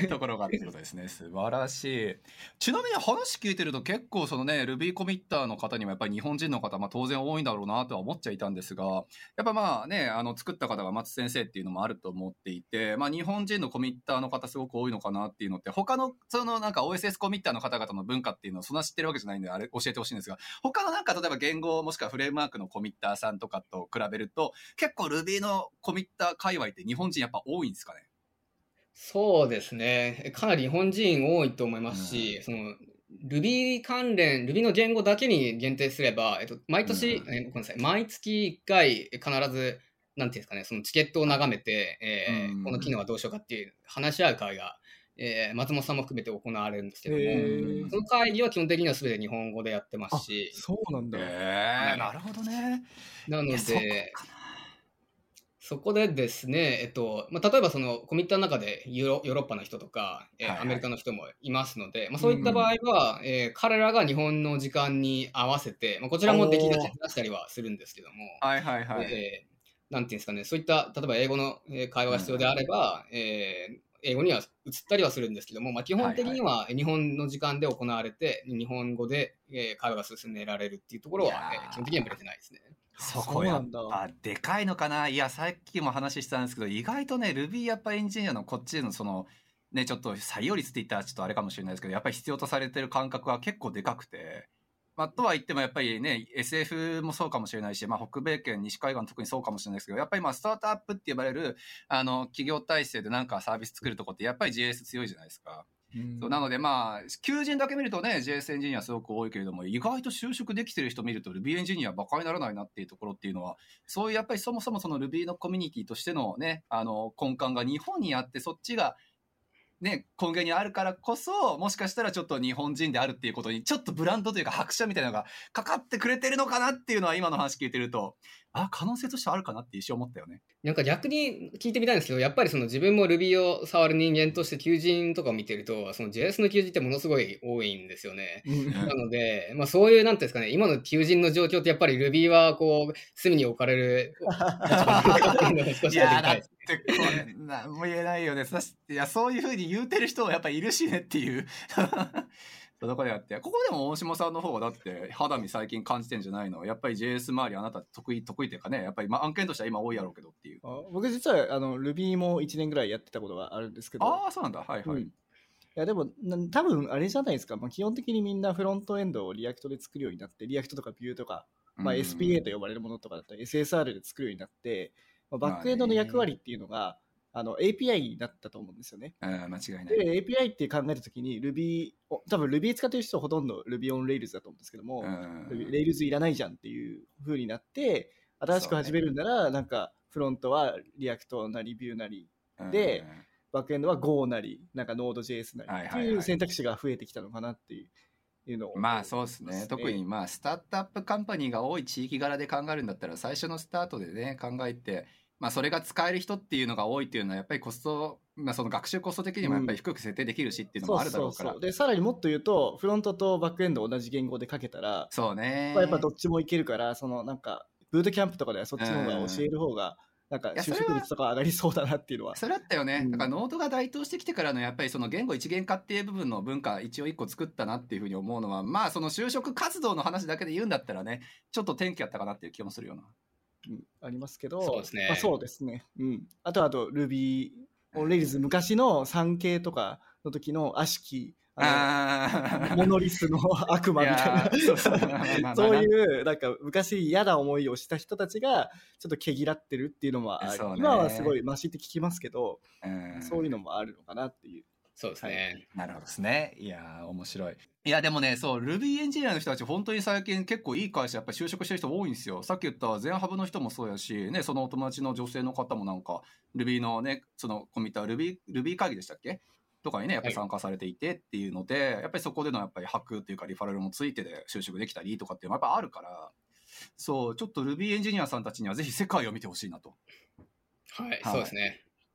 ところがってことですね。素晴らしい。ちなみに話聞いてると結構そのね Ruby コミッターの方にもやっぱり日本人の方、まあ、当然多いんだろうなとは思っちゃいたんですが、やっぱまあね作った方が松先生っていうのもあると思っていて、まあ、日本人のコミッターの方すごく多いのかなっていうのって他のそのなんか OSS コミッターの方々の文化っていうのをそんな知ってるわけじゃないんであれ教えてほしいんですが、他のなんか例えば言語もしくはフレームワークのコミッターさんとかと比べると結構 Ruby のコミッター界隈って日本人やっぱ多いんですかね？ そうですね。かなり日本人多いと思いますし、その Ruby 関連、Ruby の言語だけに限定すれば、毎年、ごめんなさい、毎月1回必ず、なんていうんですかね、そのチケットを眺めて、この機能はどうしようかっていう話し合う会が、松本さんも含めて行われるんですけども、その会議は基本的には全て日本語でやってますし。 そうなんだ。 なるほどね。 なので、そこでですね、まあ、例えばそのコミッターの中でヨーロッパの人とか、アメリカの人もいますので、まあ、そういった場合は、彼らが日本の時間に合わせて、まあ、こちらもできるだけ出したりはするんですけども、なんていうんですかね、そういった例えば英語の会話が必要であれば、英語には移ったりはするんですけども、まあ、基本的には日本の時間で行われて、日本語で会話が進められるっていうところは、基本的にはぶれてないですね。 そこやっぱでかいのかな。いやさっきも話したんですけど、意外とね Ruby やっぱエンジニアのこっちのそのねちょっと採用率って言ったらちょっとあれかもしれないですけど、やっぱり必要とされてる感覚は結構でかくて、まあ、とは言ってもやっぱりね SF もそうかもしれないし、まあ、北米圏西海岸特にそうかもしれないですけど、やっぱりまあスタートアップって呼ばれる企業体制でなんかサービス作るとこってやっぱり JS 強いじゃないですか。そうなのでまあ求人だけ見るとね JS エンジニアすごく多いけれども、意外と就職できてる人見ると Ruby エンジニアバカにならないなっていうところっていうのは、そういうやっぱりそもそもその Ruby のコミュニティとしてのね根幹が日本にあって、そっちがね根源にあるからこそ、もしかしたらちょっと日本人であるっていうことにちょっとブランドというか拍車みたいなのがかかってくれてるのかなっていうのは今の話聞いてると可能性としてはあるかなって一瞬思ったよね。なんか逆に聞いてみたいんですけど、やっぱりその自分も Ruby を触る人間として求人とかを見てると、その JS の求人ってものすごい多いんですよね。なので、まあそういうなんていうんですかね、今の求人の状況ってやっぱり Ruby はこう隅に置かれるいやだってこれ何も言えないよね。いやそういう風に言うてる人もやっぱいるしねっていうどこでやって、ここでも大島さんの方はだって肌身最近感じてんじゃないの？やっぱり JS 周りあなた得意というかね、やっぱり案件としては今多いやろうけどっていう。 僕実はRuby も1年ぐらいやってたことがあるんですけど。 そうなんだ。はいはい。 いやでも多分あれじゃないですか、まあ、基本的にみんなフロントエンドをリアクトで作るようになって、リアクトとかビューとか、まあ、SPA と呼ばれるものとかだったら SSR で作るようになって、まあ、バックエンドの役割っていうのがAPI になったと思うんですよね。 間違いない。 で API って考えたときに Ruby 多分 Ruby 使ってる人はほとんど Ruby on Rails だと思うんですけども、Rails いらないじゃんっていう風になって、新しく始めるんなら、なんかフロントはリアクトなりビューなりで、バックエンドは Go なりなんか Node.js なりっていう選択肢が増えてきたのかなっていうのを、 まあそうですね。特にまあスタートアップカンパニーが多い地域柄で考えるんだったら、最初のスタートでね考えて、まあ、それが使える人っていうのが多いっていうのはやっぱりコスト、まあ、その学習コスト的にもやっぱり低く設定できるしっていうのもあるだろうから、 でさらにもっと言うとフロントとバックエンド同じ言語で書けたら、 そうね、 やっぱどっちもいけるから、そのなんかブートキャンプとかではそっちの方が教える方がなんか就職率とか上がりそうだなっていうのは。 それだったよね、だからノードが台頭してきてからのやっぱりその言語一元化っていう部分の文化一応一個作ったなっていうふうに思うのは、まあその就職活動の話だけで言うんだったらね、ちょっと転機やったかなっていう気もするような。 ありますけど、 そうですね。 まあ、そうですね。あとRuby on Rails 昔の 3K とかの時の悪しきモノリスの悪魔みたいなそういうなんか昔嫌な思いをした人たちがちょっと毛嫌ってるっていうのもある。今はすごいマシって聞きますけど、そういうのもあるのかなっていう。 そうですね、 なるほどですね。いや面白い。いやでもね、そう Ruby エンジニアの人たち本当に最近結構いい会社やっぱり就職してる人多いんですよ。さっき言った全ハブの人もそうやしね、そのお友達の女性の方もなんか Ruby のねそのコミッター Ruby 会議でしたっけとかにねやっぱり参加されていてっていうので、やっぱりそこでのやっぱりハックっていうかリファラルもついてで就職できたりとかっていうのはやっぱあるから、そうちょっと Ruby エンジニアさんたちにはぜひ世界を見てほしいなと。 はい、そうですね。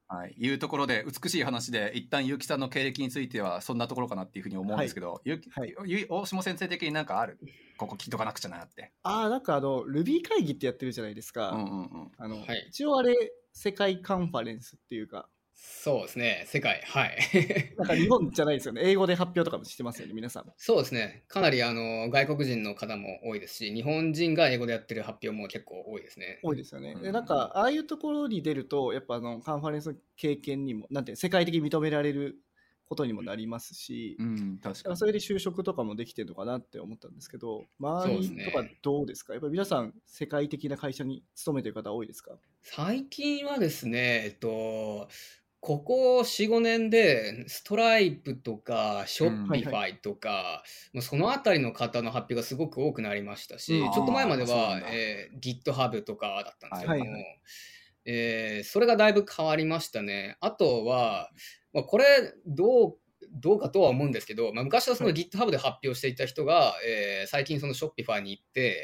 はい、いうところで美しい話で一旦結城さんの経歴についてはそんなところかなっていうふうに思うんですけど、大下先生的になんかある？ここ聞いとかなくちゃなって。 なんかRuby 会議ってやってるじゃないですか。一応あれ世界カンファレンスっていうか。 そうですね、世界、はい。 なんか日本じゃないですよね。英語で発表とかもしてますよね、皆さん。 そうですね。かなり外国人の方も多いですし、日本人が英語でやってる発表も結構多いですね。 多いですよね。で、なんか、ああいうところに出ると、やっぱカンファレンスの経験にも、なんて世界的に認められることにもなりますし、確かにそれで就職とかもできてるのかなって思ったんですけど、周りとかどうですか？やっぱり皆さん世界的な会社に勤めてる方多いですか？ 最近はですね、ここ4、5年でストライプとかショッピファイとか、そのあたりの方の発表がすごく多くなりましたし、ちょっと前までは、GitHub とかだったんですけども、それがだいぶ変わりましたね。あとは、これどうかとは思うんですけど、昔はその GitHub で発表していた人が、最近その Shopify に行って、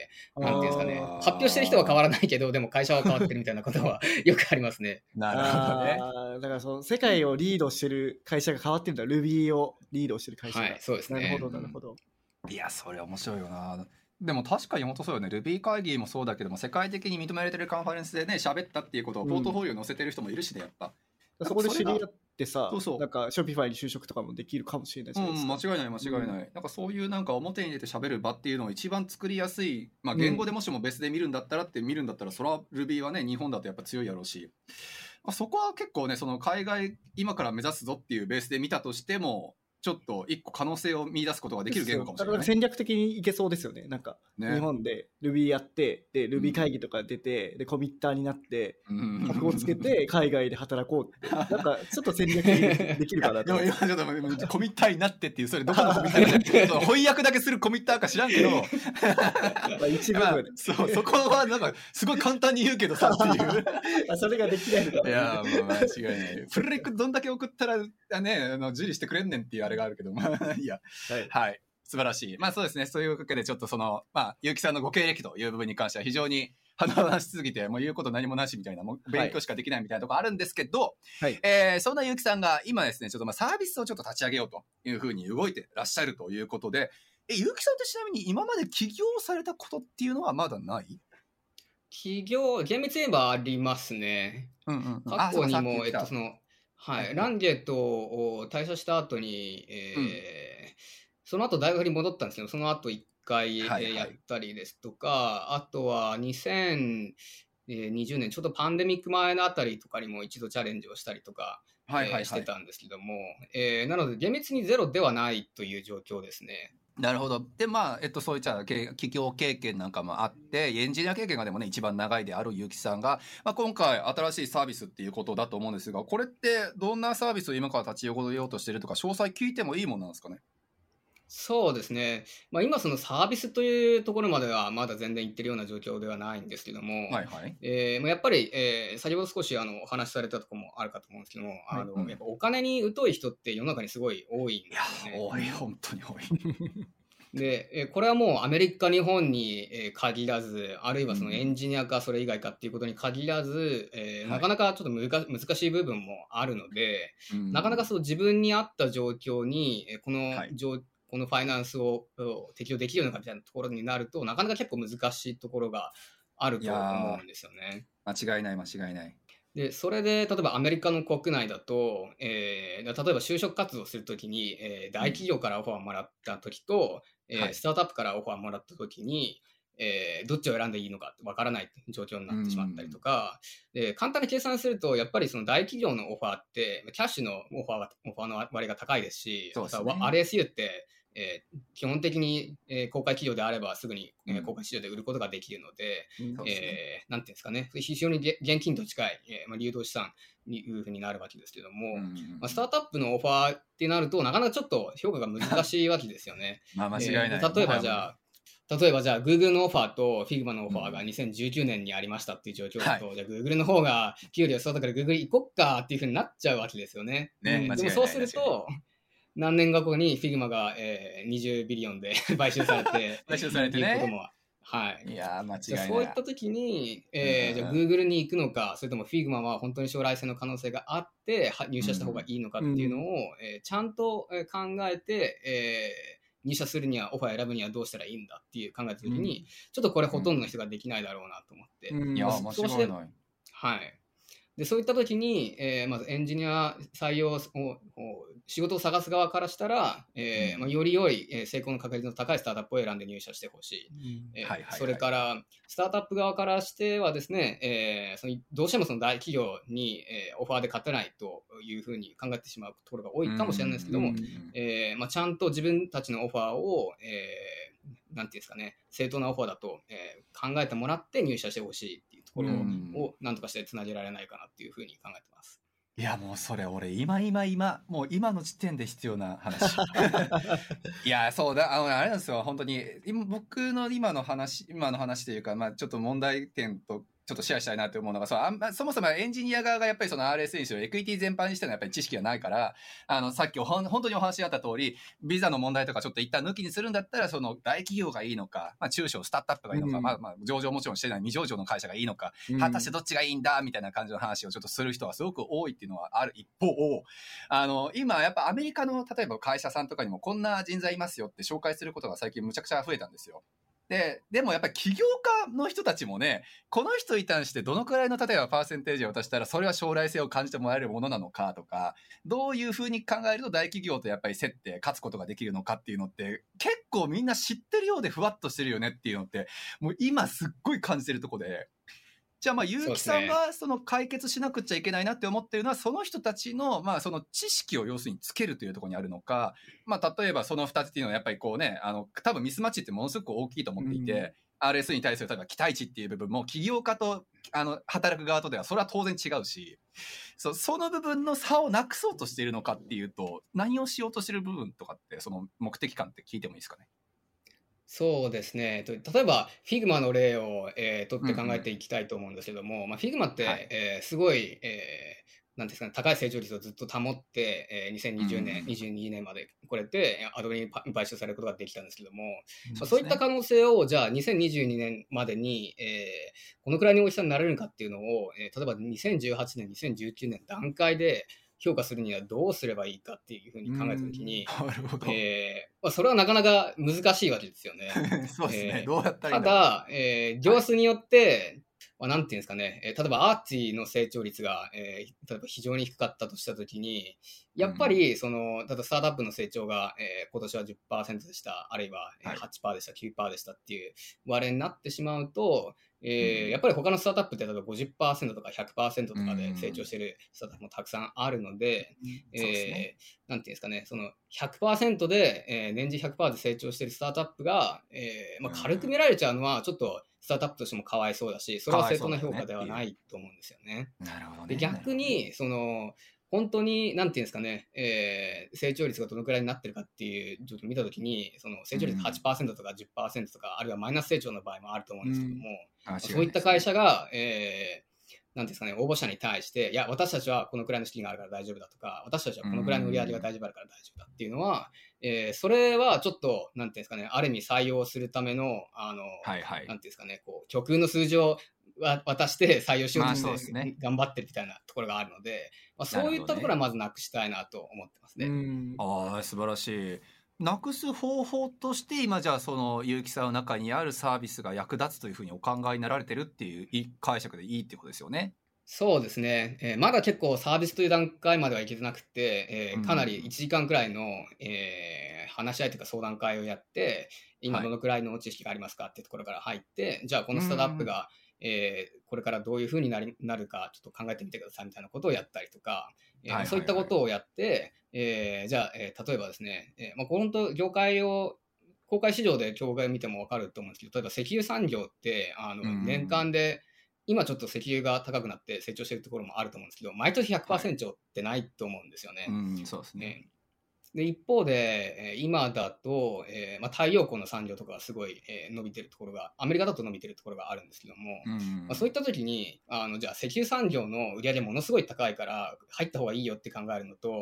なんていうんですかね、発表してる人は変わらないけど、でも会社は変わってるみたいなことはよくありますね。 なるほどね。だからその世界をリードしてる会社が変わってるんだ。Ruby をリードしてる会社が。 はい、そうですね。 なるほど、なるほど。 いや、それ面白いよな。でも確かに本当そうよね。Ruby 会議もそうだけども、世界的に認められてるカンファレンスでね、喋ったっていうことをポートフォリオに載せてる人もいるしね、やっぱ。 そこで知り合ってさ、なんか Shopify に就職とかもできるかもしれないじゃないですか。 間違いない間違いない。なんかそういうなんか表に出て喋る場っていうのを一番作りやすい、言語でもしも別で見るんだったらそら Ruby はね、日本だとやっぱ強いやろうし、そこは結構ね、その海外今から目指すぞっていうベースで見たとしても、ちょっと一個可能性を見出すことができる言語かもしれない。 戦略的にいけそうですよね。なんか、日本で Ruby やって、で Ruby 会議とか出て、でコミッターになって、箔をつけて海外で働こうって、なんかちょっと戦略的にできるかなと。 でも今ちょっとコミッターになってっていう、それどこのコミッターか翻訳だけするコミッターか知らんけど、 一部そこはなんかすごい簡単に言うけどさっていうそれができないのか。 いやもう間違いない。プルレックどんだけ送ったらね受理してくれんねんっていうあれがあるけど、いや、はい、素晴らしい。そうですね。そういうわけでちょっとその結城さんのご経歴という部分に関しては非常に話しすぎてもう言うこと何もなしみたいな、もう勉強しかできないみたいなところあるんですけど、そんな結城さんが今ですね、ちょっとサービスをちょっと立ち上げようというふうに動いてらっしゃるということで、結城さんってちなみに今まで起業されたことっていうのはまだない？ 起業、厳密に言えばありますね。過去にも、ランゲットを退社した後に、その後大学に戻ったんですけど、その後一回やったりですとか、あとは2020年、ちょうどパンデミック前のあたりとかにも一度チャレンジをしたりとかしてたんですけども、なので厳密にゼロではないという状況ですね。 なるほど。でそういった企業経験なんかもあって、エンジニア経験がでもね一番長いである結城さんが、今回新しいサービスっていうことだと思うんですが、これってどんなサービスを今から立ち上げようとしてるとか詳細聞いてもいいものなんですかね？ そうですね。今そのサービスというところまではまだ全然いってるような状況ではないんですけども、やっぱり、先ほど少しお話しされたところもあるかと思うんですけども、やっぱお金に疎い人って世の中にすごい多いんですよね。 多い、本当に多い。 で、これはもうアメリカ、日本に限らず、あるいはそのエンジニアかそれ以外かっていうことに限らず、なかなかちょっと難しい部分もあるので、なかなかそう自分に合った状況に、このファイナンスを適用できるのかみたいなところになると、なかなか結構難しいところがあると思うんですよね。 間違いない間違いない。 で、それで、例えばアメリカの国内だと、例えば就職活動するときに、大企業からオファーをもらったときと、スタートアップからオファーをもらったときに、どっちを選んでいいのかわからない状況になってしまったりとか、で簡単に計算すると、やっぱりその大企業のオファーって、キャッシュのオファーの割が高いですし、あとは RSU って、基本的に、公開企業であればすぐに、公開市場で売ることができるので、なんていうんですかね、非常に現金と近い、流動資産にいうふうになるわけですけども、スタートアップのオファーってなると、なかなかちょっと評価が難しいわけですよね。 間違いない。 例えばじゃあ、Google のオファーと Figma のオファーが2019年にありましたっていう状況だと、じゃあ Google の方が給料そうだから Google 行こっかっていうふうになっちゃうわけですよね。でもそうすると、何年か後に Figma が、20ビリオンで買収されてね、 いうこともはい。 いやー、間違いない。 そういった時に、じゃあ Google に行くのか、それとも Figma は本当に将来性の可能性があって入社した方がいいのかっていうのを、ちゃんと考えて、入社するには、オファー選ぶにはどうしたらいいんだっていう考えた時に、ちょっとこれほとんどの人ができないだろうなと思って。 いや、間違いない。 はい。でそういった時に、まずエンジニア採用を仕事を探す側からしたら、より良い、成功の確率の高いスタートアップを選んで入社してほしい。それからスタートアップ側からしてはですね、どうしてもその大企業に、オファーで勝てないというふうに考えてしまうところが多いかもしれないですけども、ちゃんと自分たちのオファーを、なんていうんですかね、正当なオファーだと、考えてもらって入社してほしいっていうところを何とかしてつなげられないかなっていうふうに考えてます。 いやもうそれ俺今もう今の時点で必要な話いやそうだあれなんですよ本当に僕の今の話というか、ちょっと問題点とちょっとシェアしたいなと思うのがそもそもエンジニア側がやっぱりその RSA にしろエクイティ全般にしてのやっぱり知識がないからさっき本当にお話にあった通りビザの問題とかちょっと一旦抜きにするんだったらその大企業がいいのか、中小スタートアップがいいのか、上場もちろんしてない未上場の会社がいいのか、果たしてどっちがいいんだみたいな感じの話をちょっとする人がすごく多いっていうのはある一方今やっぱアメリカの例えば会社さんとかにもこんな人材いますよって紹介することが最近むちゃくちゃ増えたんですよ。でもやっぱり起業家の人たちもねこの人に対してどのくらいの例えばパーセンテージを渡したらそれは将来性を感じてもらえるものなのかとかどういうふうに考えると大企業とやっぱり競って勝つことができるのかっていうのって結構みんな知ってるようでふわっとしてるよねっていうのってもう今すっごい感じてるとこでじゃあ結城さんがその解決しなくちゃいけないなって思ってるのはその人たちのその知識を要するにつけるというところにあるのか例えばその2つっていうのはやっぱりこうね多分ミスマッチってものすごく大きいと思っていて、RS に対する例えば期待値っていう部分も起業家と働く側とではそれは当然違うしその部分の差をなくそうとしているのかっていうと何をしようとしている部分とかってその目的感って聞いてもいいですかね。 そうですね。例えば Figma の例を、取って考えていきたいと思うんですけども、Figma って、すごい、なんですかね、高い成長率をずっと保って、2020年、22年までこれでアドビに買収されることができたんですけども、そういった可能性をじゃあ2022年までに、このくらいの大きさになれるのかっていうのを、例えば2018年、2019年段階で評価するにはどうすればいいかっていうふうに考えたときに、 なるほど。 それはなかなか難しいわけですよね。 そうですね。どうやったらいいんだろう。ただ、業種によって、なんていうんですかね、例えばアーティの成長率が、例えば非常に低かったとしたときに、やっぱり、例えばスタートアップの成長が、今年は 10% でした、あるいは 8% でした、9% でしたっていう割れになってしまうと、やっぱり他のスタートアップって例えば 50% とか 100% とかで成長しているスタートアップもたくさんあるので、なんていうんですかね、その 100% で、年次 100% で成長しているスタートアップが、軽く見られちゃうのはちょっとスタートアップとしてもかわいそうだし、それは正当な評価ではないと思うんですよね。 なるほどね。 で逆に本当に、なんていうんですかね、成長率がどのくらいになってるかっていう状況を見たときに、その成長率 8% とか 10% とか、あるいはマイナス成長の場合もあると思うんですけども、そういった会社が、なんていうんですかね、応募者に対して、いや、私たちはこのくらいの資金があるから大丈夫だとか、私たちはこのくらいの売り上げが大丈夫だから大丈夫だっていうのは、それはちょっと、なんていうんですかね、ある意味採用するための、なんていうんですかね、極右の数字を渡して採用しようとして頑張ってるみたいなところがあるので、そういったところはまずなくしたいなと思ってますね。 素晴らしい。なくす方法として今じゃあその結城さんの中にあるサービスが役立つというふうにお考えになられてるっていう解釈でいいってことですよね。 そうですね、まだ結構サービスという段階まではいけてなくて、かなり1時間くらいの、話し合いというか相談会をやって今どのくらいの知識がありますかっていうところから入って、じゃあこのスタートアップがこれからどういうふうになるかちょっと考えてみてくださいみたいなことをやったりとか、そういったことをやって、じゃあ、例えばですね、本当業界を公開市場で業界を見ても分かると思うんですけど、例えば石油産業って年間で今ちょっと石油が高くなって成長しているところもあると思うんですけど、毎年 100% ってないと思うんですよね。 そうですね。 で一方で、今だと、太陽光の産業とかがすごい、伸びてるところが、アメリカだと伸びてるところがあるんですけども、そういった時にじゃあ石油産業の売り上げものすごい高いから入った方がいいよって考えるのと、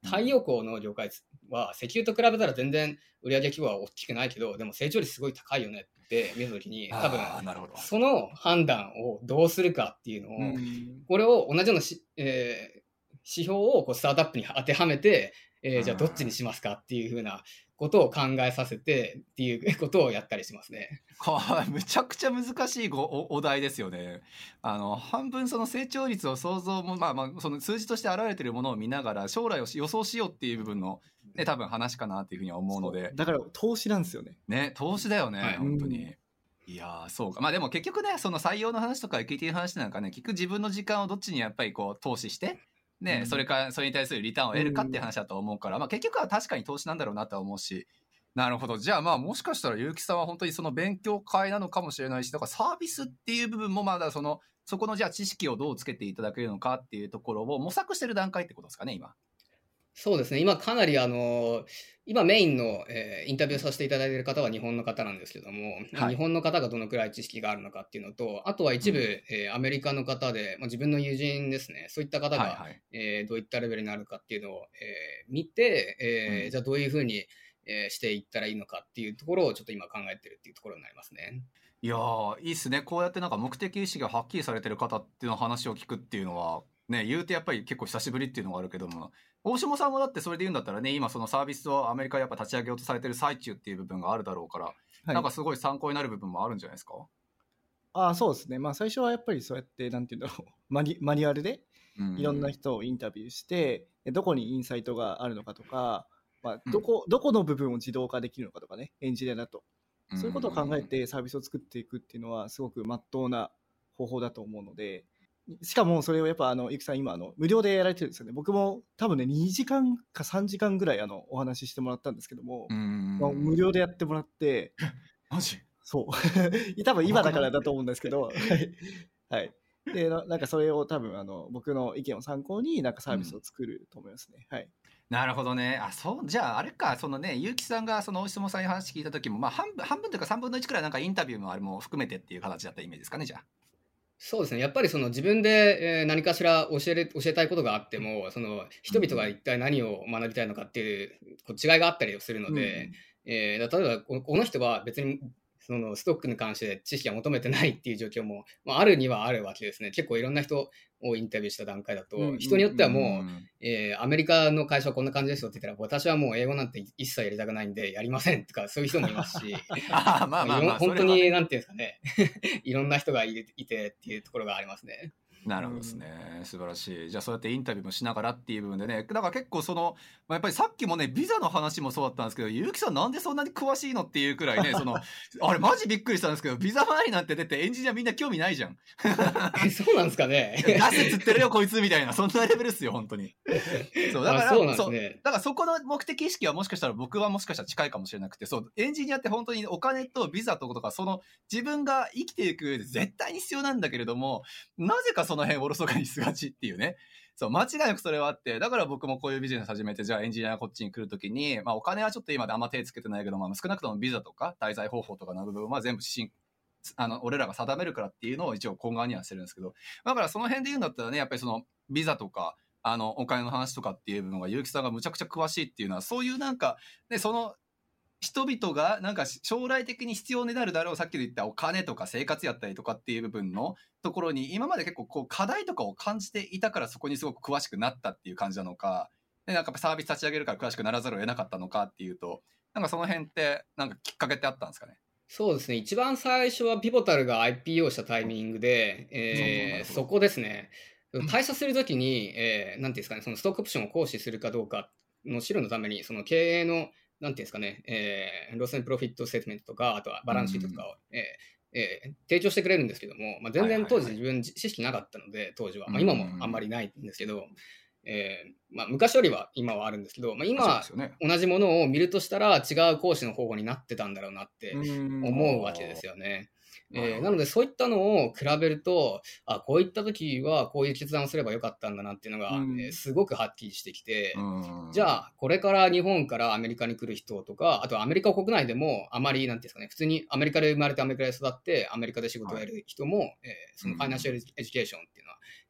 太陽光の業界は石油と比べたら全然売上規模は大きくないけど、でも成長率すごい高いよねって見たときに、多分その判断をどうするかっていうのを、これを同じような指標をこうスタートアップに当てはめて、じゃあどっちにしますかっていうふうなことを考えさせてっていうことをやったりしますね。 むちゃくちゃ難しいお題ですよね。半分その成長率を想像も、その数字として現れているものを見ながら将来を予想しようっていう部分の、ね、多分話かなっていうふうには思うので。 だから投資なんですよね。 ね、投資だよね、本当に。いやそうか。でも結局ね、その採用の話とかエクイティの話なんかね、結局自分の時間をどっちにやっぱりこう投資してね、それに対するリターンを得るかっていう話だと思うから、結局は確かに投資なんだろうなとは思うし。なるほど。じゃあもしかしたら結城さんは本当にその勉強会なのかもしれないし、だからサービスっていう部分もまだそこのじゃあ知識をどうつけていただけるのかっていうところを模索してる段階ってことですかね、今。 そうですね。今かなり今メインの、インタビューさせていただいている方は日本の方なんですけども、日本の方がどのくらい知識があるのかっていうのと、あとは一部、アメリカの方で、自分の友人ですね、そういった方が、どういったレベルになるかっていうのを、見て、じゃあどういうふうにしていったらいいのかっていうところをちょっと今考えてるっていうところになりますね。 いやいいっすね。こうやってなんか目的意識がはっきりされてる方っていうの話を聞くっていうのはね、言うてやっぱり結構久しぶりっていうのがあるけども、大下さんもだってそれで言うんだったらね、今そのサービスをアメリカやっぱ立ち上げようとされてる最中っていう部分があるだろうから、なんかすごい参考になる部分もあるんじゃないですか？ そうですね。最初はやっぱりそうやってなんていうんだろうマニュアルでいろんな人をインタビューして、どこにインサイトがあるのかとか、どこの部分を自動化できるのかとかね、エンジニアだとそういうことを考えてサービスを作っていくっていうのはすごく真っ当な方法だと思うので、しかもそれをやっぱゆきさん今無料でやられてるんですよね。僕も多分ね2時間か3時間ぐらいお話ししてもらったんですけども、無料でやってもらってマジ？ そう多分今だからだと思うんですけどはい。でなんかそれを多分僕の意見を参考になんかサービスを作ると思いますね。はい。 なるほどね。じゃああれか、そのね、結城さんがその大下さんに話聞いた時も、半分というか3分の1くらいなんかインタビューもあれも含めてっていう形だったイメージですかね、じゃあ。 そうですね。やっぱりその自分で何かしら教えたいことがあっても、その人々が一体何を学びたいのかっていう違いがあったりするので、例えばこの人は別にそのストックに関して知識は求めてないっていう状況も、あるにはあるわけですね。結構いろんな人をインタビューした段階だと、人によってはもう、アメリカの会社はこんな感じですよって言ったら、私はもう英語なんて一切やりたくないんでやりませんとか、そういう人もいますし、本当になんていうんですかね、いろんな人がいてっていうところがありますね。 なるほどですね。素晴らしい。じゃあそうやってインタビューもしながらっていう部分でね、だから結構やっぱりさっきもね、ビザの話もそうだったんですけど、結城さんなんでそんなに詳しいのっていうくらいね、あれマジびっくりしたんですけど、ビザ周りなんて出てエンジニアみんな興味ないじゃん。 そうなんですかね。 出せつってるよこいつみたいな、そんなレベルですよ、本当に。そうだからそうなんですね。 だからそこの目的意識はもしかしたら僕はもしかしたら近いかもしれなくて、エンジニアって本当にお金とビザとか自分が生きていく上で絶対に必要なんだけれども、なぜかその辺おろそかにしがちっていうね。間違いなくそれはあって、だから僕もこういうビジネス始めて、じゃあエンジニアがこっちに来るときに、お金はちょっと今であんま手つけてないけど、少なくともビザとか滞在方法とかの部分は全部俺らが定めるからっていうのを一応懇願にはしてるんですけど、だからその辺で言うんだったらね、やっぱりビザとかお金の話とかっていう部分が結城さんがむちゃくちゃ詳しいっていうのは、そういうなんかね、人々がなんか将来的に必要になるだろう、さっき言ったお金とか生活やったりとかっていう部分のところに今まで結構こう課題とかを感じていたからそこにすごく詳しくなったっていう感じなのか、でなんかサービス立ち上げるから詳しくならざるを得なかったのかっていうと、なんかその辺ってなんかきっかけってあったんですかね？ そうですね。一番最初はピボタルが IPO したタイミングで、そこですね。退社するときに、なんていうんですかね、そのストックオプションを行使するかどうかの資料のために、その経営のなんていうんですかね、ロス&プロフィットステートメントとか、あとはバランスシートとかを、提供してくれるんですけども、全然当時自分知識なかったので、当時は。今もあんまりないんですけど、昔よりは今はあるんですけど、今、同じものを見るとしたら違う講師の方法になってたんだろうなって思うわけですよね。なのでそういったのを比べると、こういった時はこういう決断をすればよかったんだなっていうのが、すごくはっきりしてきて、じゃあこれから日本からアメリカに来る人とか、あとアメリカ国内でもあまりなんていうんですかね、普通にアメリカで生まれてアメリカで育ってアメリカで仕事をやる人も、そのファイナンシャルエデュケーションっていうのは、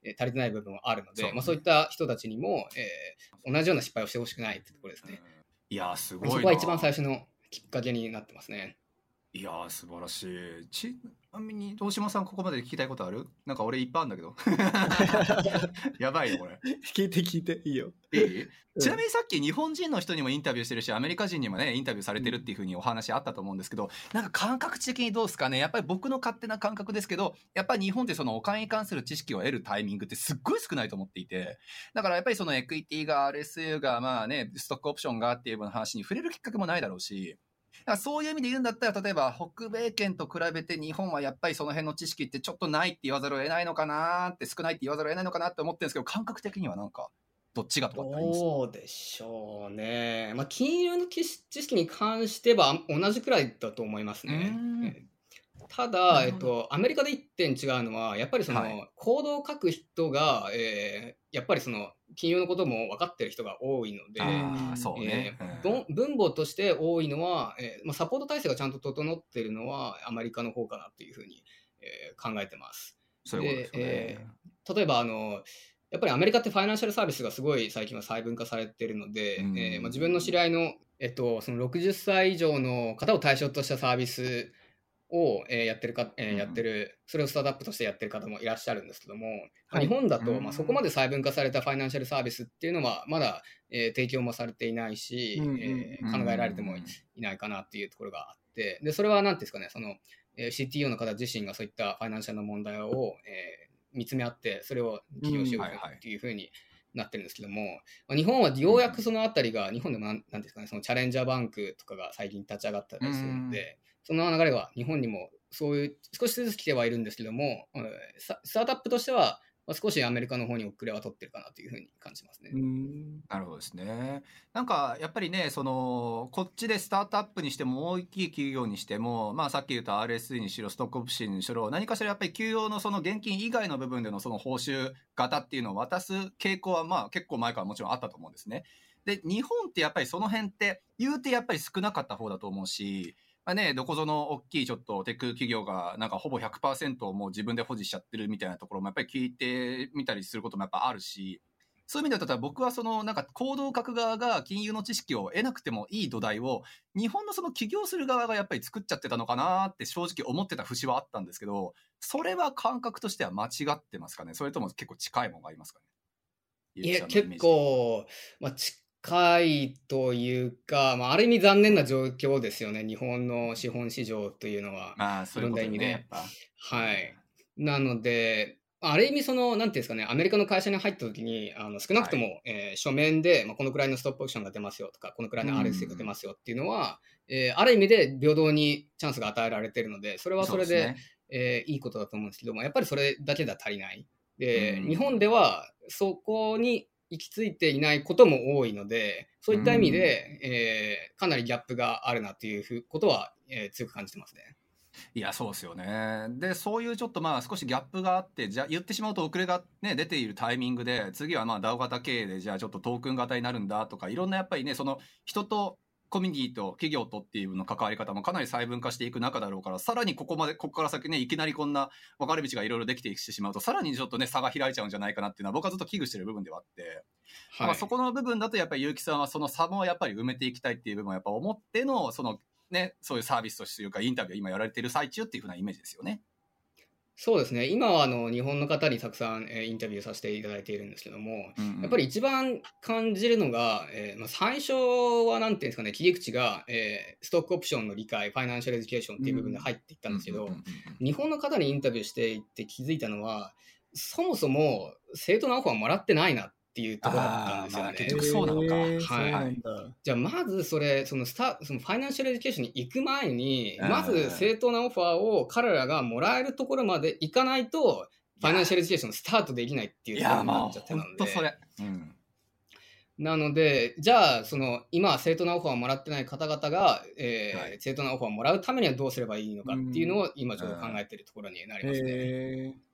足りてない部分はあるので、そういった人たちにも、同じような失敗をしてほしくないってところですね。 いやすごいな。 そこは一番最初のきっかけになってますね。 いや素晴らしい。ちなみに大島さんここまで聞きたいことある？なんか俺いっぱいあるんだけどやばいよこれ。 聞いていいよ。 いい？ちなみにさっき日本人の人にもインタビューしてるしアメリカ人にもねインタビューされてるっていう風にお話あったと思うんですけど、なんか感覚的にどうですかね。やっぱり僕の勝手な感覚ですけど、やっぱり日本ってそのお金に関する知識を得るタイミングってすっごい少ないと思っていて、だからやっぱりそのエクイティが RSU がまあねストックオプションがっていうような話に触れるきっかけもないだろうし、だからそういう意味で言うんだったら例えば北米圏と比べて日本はやっぱりその辺の知識ってちょっとないって言わざるを得ないのかなって、少ないって言わざるを得ないのかなって思ってるんですけど、感覚的にはなんかどっちがとかってあります？ どうでしょうね。金融の知識に関しては同じくらいだと思いますね。ただ、アメリカで一点違うのは、やっぱりその、コードを書く人が、やっぱりその、金融のことも分かってる人が多いので、分母として多いのは、サポート体制がちゃんと整っているのは、アメリカの方かなというふうに、考えてます。例えば、やっぱりアメリカってファイナンシャルサービスがすごい最近は細分化されているので、自分の知り合いの、その60歳以上の方を対象としたサービスをやってる、それをスタートアップとしてやってる方もいらっしゃるんですけども、日本だとそこまで細分化されたファイナンシャルサービスっていうのはまだ提供もされていないし、考えられてもいないかなっていうところがあって、でそれは何ですかね、その CTO の方自身がそういったファイナンシャルの問題を見つめ合ってそれを起業しようっていうふうになってるんですけども、日本はようやくそのあたりが、日本でも何ですかね、そのチャレンジャーバンクとかが最近立ち上がったりするので、その流れは日本にもそういう少しずつ来てはいるんですけども、スタートアップとしては少しアメリカの方に遅れは取ってるかなというふうに感じますね。 なるほどですね。なんかやっぱりね、そのこっちでスタートアップにしても大きい企業にしても、さっき言った RSE にしろストックオプションにしろ、何かしらやっぱり給与のその現金以外の部分でのその報酬型っていうのを渡す傾向は結構前からもちろんあったと思うんですね。で日本ってやっぱりその辺って言うてやっぱり少なかった方だと思うし、どこぞの大きいちょっとテック企業がなんかほぼ 100% をもう自分で保持しちゃってるみたいなところもやっぱり聞いてみたりすることもやっぱあるし、そういう意味では僕はそのなんか行動を書く側が金融の知識を得なくてもいい土台を日本のその起業する側がやっぱり作っちゃってたのかなって正直思ってた節はあったんですけど、それは感覚としては間違ってますかね？それとも結構近いものがありますかね？ いや結構、近いというか、ある意味残念な状況ですよね、日本の資本市場というのは。いろんな意味で。はい。なので、ある意味なんていうんですかね、アメリカの会社に入った時に、少なくとも、書面で、このくらいのストップオプションが出ますよとか、このくらいの RSU が出ますよっていうのは、ある意味で平等にチャンスが与えられているので、それはそれで、いいことだと思うんですけども、やっぱりそれだけでは足りない。で、日本ではそこに行き着いていないことも多いので、そういった意味で、かなりギャップがあるなということは、強く感じてますね。 いやそうですよね。でそういうちょっと少しギャップがあって、じゃあ言ってしまうと遅れが、出ているタイミングで、次はDAO 型経営でじゃあちょっとトークン型になるんだとか、いろんなやっぱりね、その人とコミュニティと企業とっていうの関わり方もかなり細分化していく中だろうから、さらにここから先ね、いきなりこんな分かれ道がいろいろできてきてしまうと、さらにちょっとね差が開いちゃうんじゃないかなっていうのは僕はずっと危惧してる部分ではあって、そこの部分だとやっぱり結城さんはその差もやっぱり埋めていきたいっていう部分をやっぱ思ってのそのね、そういうサービスとしていうかインタビューを今やられている最中っていう風なイメージですよね。 そうですね。今は日本の方にたくさん、インタビューさせていただいているんですけども、やっぱり一番感じるのが、最初はなんていうんですかね、切り口が、ストックオプションの理解、ファイナンシャルエデュケーションっていう部分で入っていったんですけど、日本の方にインタビューしていって気づいたのは、そもそも正当なオファーもらってないなっていうところだったんですよね。 結局そうなのか。 はい。じゃあまずそのファイナンシャルエデュケーションに行く前に、まず正当なオファーを彼らがもらえるところまで行かないと、ファイナンシャルエデュケーションスタートできないっていうところになっちゃってたので。なので、じゃあ今正当なオファーをもらってない方々が、正当なオファーをもらうためにはどうすればいいのかっていうのを今ちょっと考えているところになりますね。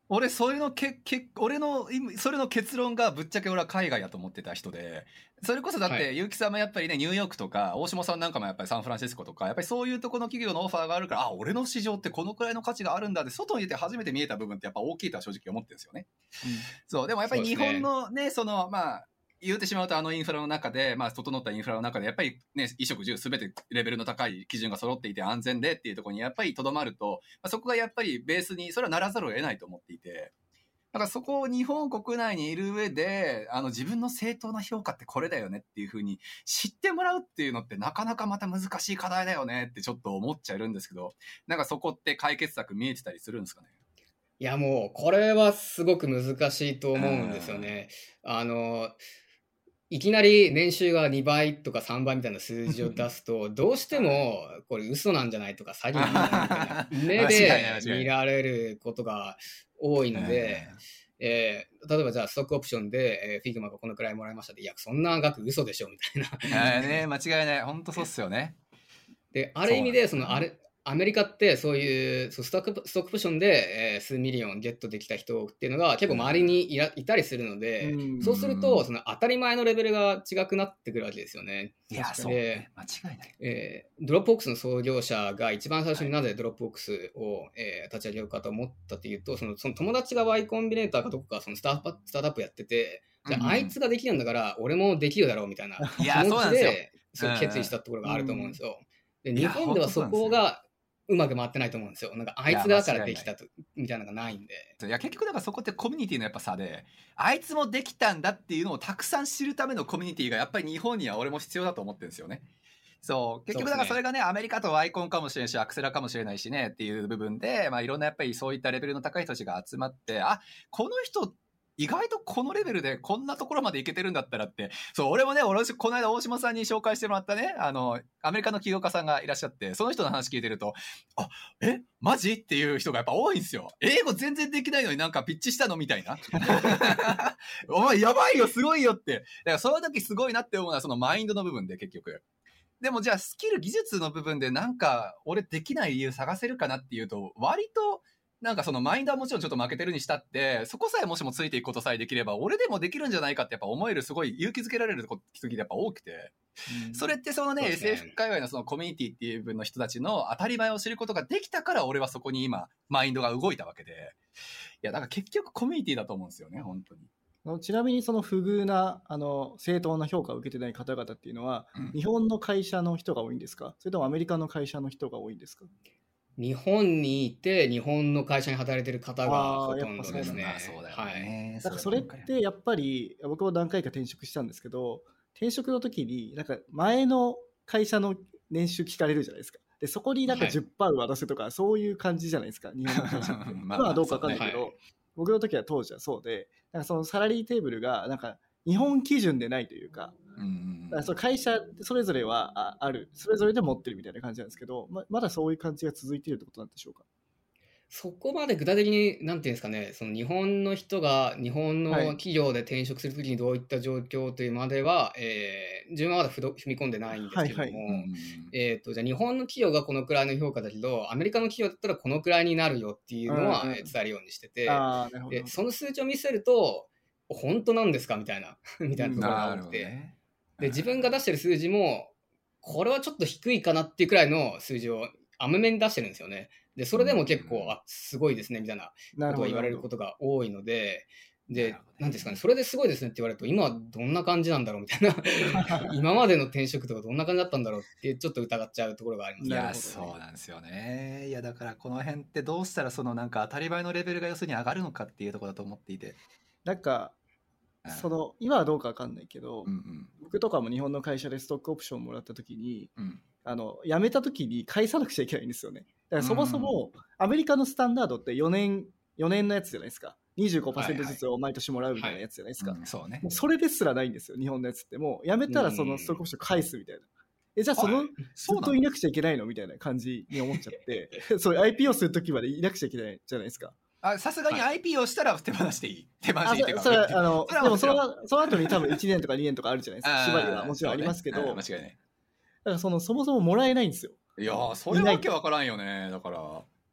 俺そういうの俺のそれの結論がぶっちゃけ俺は海外やと思ってた人で、それこそだって結城さんもやっぱりねニューヨークとか大下さんなんかもやっぱりサンフランシスコとかやっぱりそういうところの企業のオファーがあるから、あ、俺の市場ってこのくらいの価値があるんだって外に出て初めて見えた部分ってやっぱ大きいとは正直思ってるんですよね。そうでもやっぱり日本のねそのまあ言うてしまうとインフラの中で、まあ、整ったインフラの中でやっぱりね衣食住すべてレベルの高い基準が揃っていて安全でっていうところにやっぱりとどまると、そこがやっぱりベースにそれはならざるを得ないと思っていて、だからそこを日本国内にいる上で自分の正当な評価ってこれだよねっていう風に知ってもらうっていうのってなかなかまた難しい課題だよねってちょっと思っちゃうんですけど、なんかそこって解決策見えてたりするんですかね。 いやもうこれはすごく難しいと思うんですよね。いきなり年収が2倍とか3倍みたいな数字を出すとどうしてもこれ嘘なんじゃないとか詐欺なんじゃないみたいな目で見られることが多いので、例えばじゃあストックオプションで、フィグマがこのくらいもらいましたで、いやそんな額嘘でしょみたいなね、間違いない、本当そうっすよね。 である意味でアメリカってそういうストックオプションで、数ミリオンゲットできた人っていうのが結構周りにいたりするので、そうするとその当たり前のレベルが違くなってくるわけですよね。 いやそうね、間違いない。 ドロップボックスの創業者が一番最初になぜドロップボックスを、立ち上げようかと思ったというと、その友達が Y コンビネーターかどこかそのスタートアップやってて、じゃあ、あいつができるんだから俺もできるだろうみたいな気持ちで決意したところがあると思うんですよ。で日本ではそこがうまく回ってないと思うんですよ。なんかあいつだからできたとみたいなのがないんで。 いや結局だからそこってコミュニティのやっぱ差で、あいつもできたんだっていうのをたくさん知るためのコミュニティがやっぱり日本には俺も必要だと思ってるんですよね。そう結局だからそれがねアメリカとアイコンかもしれないしアクセラかもしれないしねっていう部分で、いろんなやっぱりそういったレベルの高い人たちが集まって、あ、この人意外とこのレベルでこんなところまでいけてるんだったらって、そう俺もね、この間大島さんに紹介してもらったねアメリカの起業家さんがいらっしゃって、その人の話聞いてると、あ、マジっていう人がやっぱ多いんですよ。英語全然できないのになんかピッチしたのみたいなお前やばいよすごいよって。だからその時すごいなって思うのはそのマインドの部分で、結局でもじゃあスキル技術の部分でなんか俺できない理由探せるかなっていうと、割となんかそのマインドはもちろんちょっと負けてるにしたって、そこさえもしもついていくことさえできれば俺でもできるんじゃないかってやっぱ思える、すごい勇気づけられる時がやっぱ多くて、それってそのね SF 界隈のそのコミュニティっていう分の人たちの当たり前を知ることができたから俺はそこに今マインドが動いたわけで、いやだから結局コミュニティだと思うんですよね本当に。 ちなみにその不遇な正当な評価を受けてない方々っていうのは、日本の会社の人が多いんですか、それともアメリカの会社の人が多いんですか？ 日本にいて日本の会社に働いてる方がほとんどですね。 だからそれってやっぱり僕も何回か転職したんですけど、転職の時になんか前の会社の年収聞かれるじゃないですか。でそこになんか 10% 渡せとか、そういう感じじゃないですか日本の会社って今はどうか分かんないけど、僕の時は当時はそうで、なんかそのサラリーテーブルがなんか日本基準でないというか、だからその会社それぞれはある、それぞれで持ってるみたいな感じなんですけど、まだそういう感じが続いているってことなんでしょうか？ そこまで具体的になんていうんですかね、その日本の人が日本の企業で転職するときにどういった状況というまでは、自分はまだ踏み込んでないんですけども、じゃあ日本の企業がこのくらいの評価だけどアメリカの企業だったらこのくらいになるよっていうのは伝えるようにしてて、でその数値を見せると本当なんですかみたいなみたいなところが多くて、で自分が出してる数字もこれはちょっと低いかなっていうくらいの数字を甘めに出してるんですよね。でそれでも結構すごいですねみたいなことを言われることが多いので、なんですかね、それですごいですねって言われると今どんな感じなんだろうみたいな今までの転職とかどんな感じだったんだろうってちょっと疑っちゃうところがあります。 いやそうなんですよね。いやだからこの辺ってどうしたらそのなんか当たり前のレベルが要するに上がるのかっていうところだと思っていて、 なんかその今はどうか分かんないけど、僕とかも日本の会社でストックオプションもらった時に、辞めた時に返さなくちゃいけないんですよね。だからそもそもアメリカのスタンダードって4年のやつじゃないですか。25% ずつを毎年もらうみたいなやつじゃないですか。 そうね。 それですらないんですよ日本のやつって。もう辞めたらそのストックオプション返すみたいな。じゃあずっといなくちゃいけないのみたいな感じに思っちゃってそういう IP をする時までいなくちゃいけないじゃないですか。 さすがに IP をしたら手放していい。手放していいってか。 でもその後に多分1年とか2年とかあるじゃないですか。縛りはもちろんありますけど、 間違いない。 だからそもそももらえないんですよ。 いやそれわけわからんよね。だから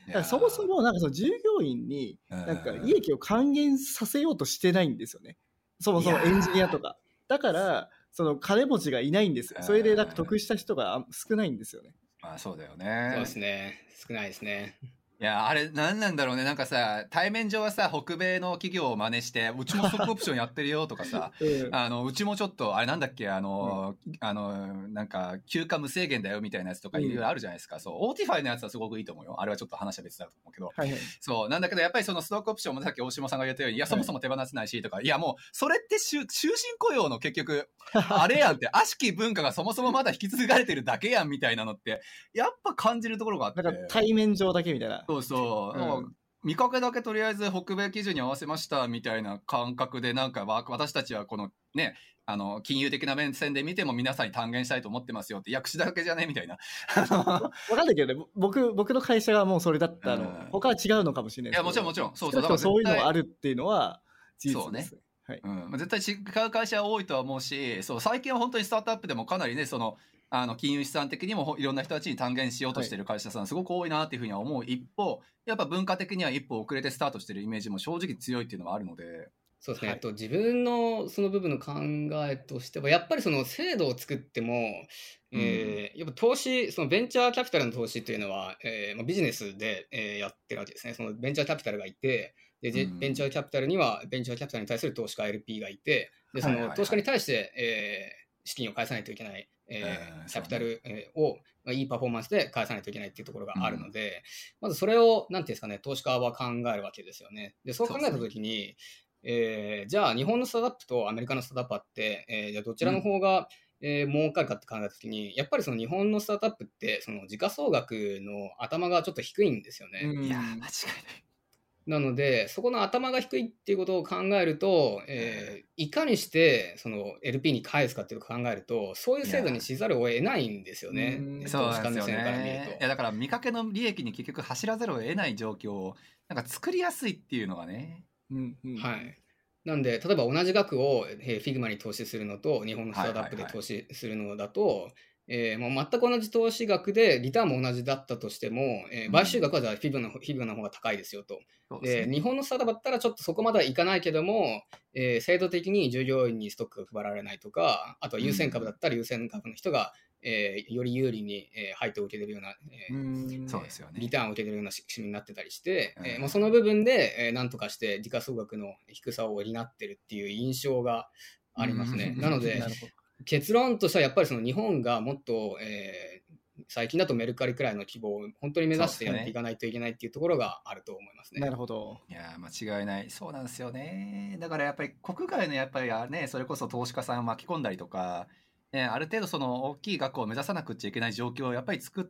だからそもそもなんかその従業員になんか利益を還元させようとしてないんですよね。そもそもエンジニアとか。だからその金持ちがいないんですよ。それでなんか得した人が少ないんですよね。 まあそうだよね。 そうですね。少ないですね。 いやあれ何なんだろうね。なんかさ、対面上はさ、北米の企業を真似してうちもストックオプションやってるよとかさうちもちょっとあれなんだっけなんか休暇無制限だよみたいなやつとかいろいろあるじゃないですか。そうオーティファイのやつはすごくいいと思うよ。あれはちょっと話は別だと思うけど、そうなんだけど、やっぱりそのストックオプションもさっき大島さんが言ったように、いやそもそも手放せないしとか、いやもうそれって終身雇用の結局あれやんって、悪しき文化がそもそもまだ引き継がれてるだけやんみたいなのってやっぱ感じるところがあって、 なんか対面上だけみたいな。 そうそう、見かけだけとりあえず北米基準に合わせましたみたいな感覚で、なんか私たちはこのね金融的な面線で見ても皆さんに還元したいと思ってますよって、訳詞だけじゃねみたいな分かんないけどね、僕の会社がもうそれだったの、他は違うのかもしれないですけど。いやもちろんもちろん、 そうそう、そういうのがあるっていうのは事実です。 そうね。はい、絶対違う会社は多いとは思うし、そう最近は本当にスタートアップでもかなりね、その金融資産的にもいろんな人たちに還元しようとしてる会社さんすごく多いなっていうふうには思う一方、やっぱ文化的には一歩遅れてスタートしてるイメージも正直強いっていうのはあるので。 そうですね、自分のその部分の考えとしては、やっぱりその制度を作っても、やっぱ投資、そのベンチャーキャピタルの投資というのは、ビジネスで、やってるわけですね。そのベンチャーキャピタルがいて、でベンチャーキャピタルにはベンチャーキャピタルに対する投資家 LP がいて、でその投資家に対して、資金を返さないといけない、キャピタル、をいいパフォーマンスで返さないといけないっていうところがあるので、まずそれをなんていうんですかね、投資家は考えるわけですよね。でそう考えたときに、じゃあ日本のスタートアップとアメリカのスタートアップあって、じゃあどちらの方が、儲かるかって考えたときに、やっぱりその日本のスタートアップってその時価総額の頭がちょっと低いんですよね。 いや間違いない。 なのでそこの頭が低いっていうことを考えると、いかにしてその LP に返すかっていうのを考えると、そういう制度にしざるを得ないんですよね。 そうですよね。いやだから見かけの利益に結局走らざるを得ない状況をなんか作りやすいっていうのがね。 はい。なんで例えば同じ額をFigma に投資するのと日本のスタートアップで投資するのだと、もう全く同じ投資額でリターンも同じだったとしても、買収額はじゃあFigmaの方が高いですよと。で日本のスタートアップだったらちょっとそこまではいかないけども、制度的に従業員にストックが配られないとか、あとは優先株だったら優先株の人が、より有利に、配当を受けれるような、 そうですよね、 リターンを受けれるような仕組みになってたりして、その部分で、なんとかして時価総額の低さを補ってるっていう印象がありますね。なので結論としてはやっぱりその日本がもっと、最近だとメルカリくらいの規模を本当に目指してやっていかないといけないっていうところがあると思いますね。 なるほど。 いや間違いない。そうなんですよね。だからやっぱり国外のやっぱりね、それこそ投資家さんを巻き込んだりとか、ある程度その大きい額を目指さなくちゃいけない状況をやっぱり作って、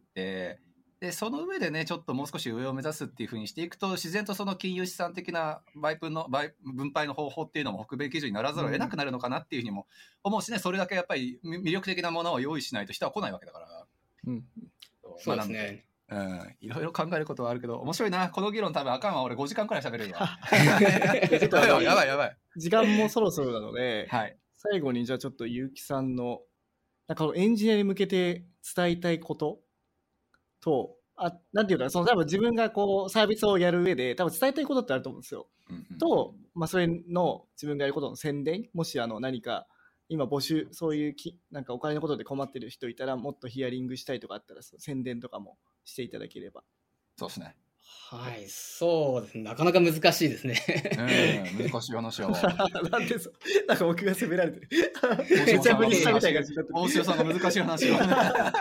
でその上でねちょっともう少し上を目指すっていう風にしていくと、自然とその金融資産的な分配の方法っていうのも北米基準にならざるを得なくなるのかなっていうふうにも思うしね。それだけやっぱり魅力的なものを用意しないと人は来ないわけだから。 そうですね。 いろいろ考えることはあるけど面白いな。この議論多分あかんわ。俺5時間くらい喋れるわ。やばいやばい。 時間もそろそろなので、 はい、 最後にじゃあちょっと結城さんのなんかエンジニアに向けて伝えたいことと、なんていうか、その多分自分がこうサービスをやる上で多分伝えたいことってあると思うんですよ。と、それの自分がやることの宣伝、もし何か今募集、そういうなんかお金のことで困ってる人いたら、もっとヒアリングしたいとかあったら宣伝とかもしていただければ。 そうですね。 はい、そうですね。なかなか難しいですね。 難しい話は。 なんでなんか僕が責められてる。めちゃぶりしたみたいな感じになってる。 大塩さんの難しい話は。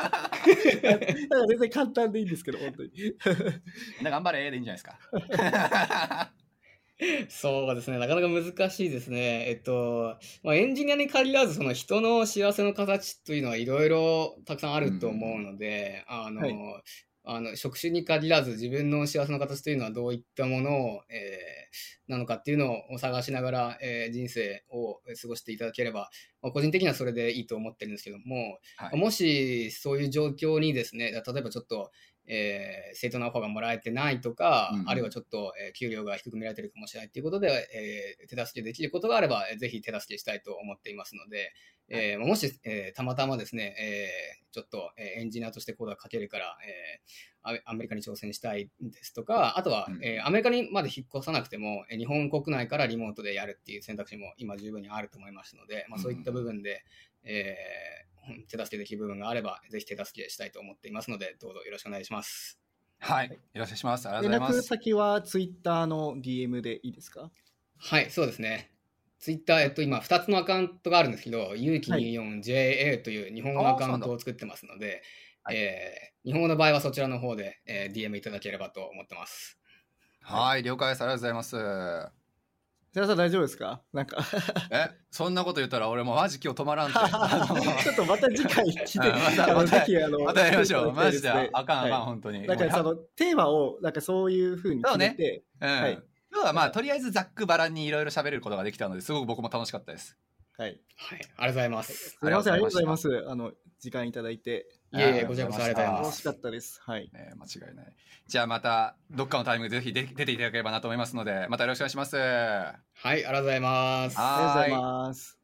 全然簡単でいいんですけど、本当に。 頑張れでいいんじゃないですか。 そうですね。なかなか難しいですね。エンジニアに限らず、その人の幸せの形というのはいろいろたくさんあると思うので、職種に限らず自分の幸せの形というのはどういったものを、なのかっていうのを探しながら、人生を過ごしていただければ、個人的にはそれでいいと思ってるんですけども、もしそういう状況にですね、例えばちょっと、 正当なオファーがもらえてないとか、あるいはちょっと、給料が低く見られてるかもしれないということで、手助けできることがあれば、ぜひ手助けしたいと思っていますので、もし、たまたまですね、ちょっと、エンジニアとしてコードが書けるから、アメリカに挑戦したいですとか、あとは、アメリカにまで引っ越さなくても、日本国内からリモートでやるっていう選択肢も今十分にあると思いますので、そういった部分で、手助けできる部分があれば、ぜひ手助けしたいと思っていますので、どうぞよろしくお願いします。 はい、よろしくお願いします。ありがとうございます。 連絡先はツイッターの DM でいいですか？ はい、そうですね。ツイッター、今2つのアカウントがあるんですけど、ゆうき 24JA という日本語のアカウントを作ってますので、日本語の場合はそちらの方で、DM いただければと思ってます。 はい、了解です。ありがとうございます。 世良さん大丈夫ですか？なんかそんなこと言ったら俺もマジ今日止まらんてちょっとまた次回来てまたやりましょう。マジであかん本当に。 なんかそのテーマをなんかそういう風に決めて、 はい。今日はまあとりあえずざっくばらんにいろいろ喋れることができたので、すごく僕も楽しかったです。 はい。 はい、ありがとうございます。 すみません、ありがとうございます。時間いただいて。 いえいえ、こちらこそありがとうございます。 楽しかったです。はい。 間違いない。じゃあまたどっかのタイミングでぜひ出ていただければなと思いますので、またよろしくお願いします。はい、 ありがとうございます。 ありがとうございます。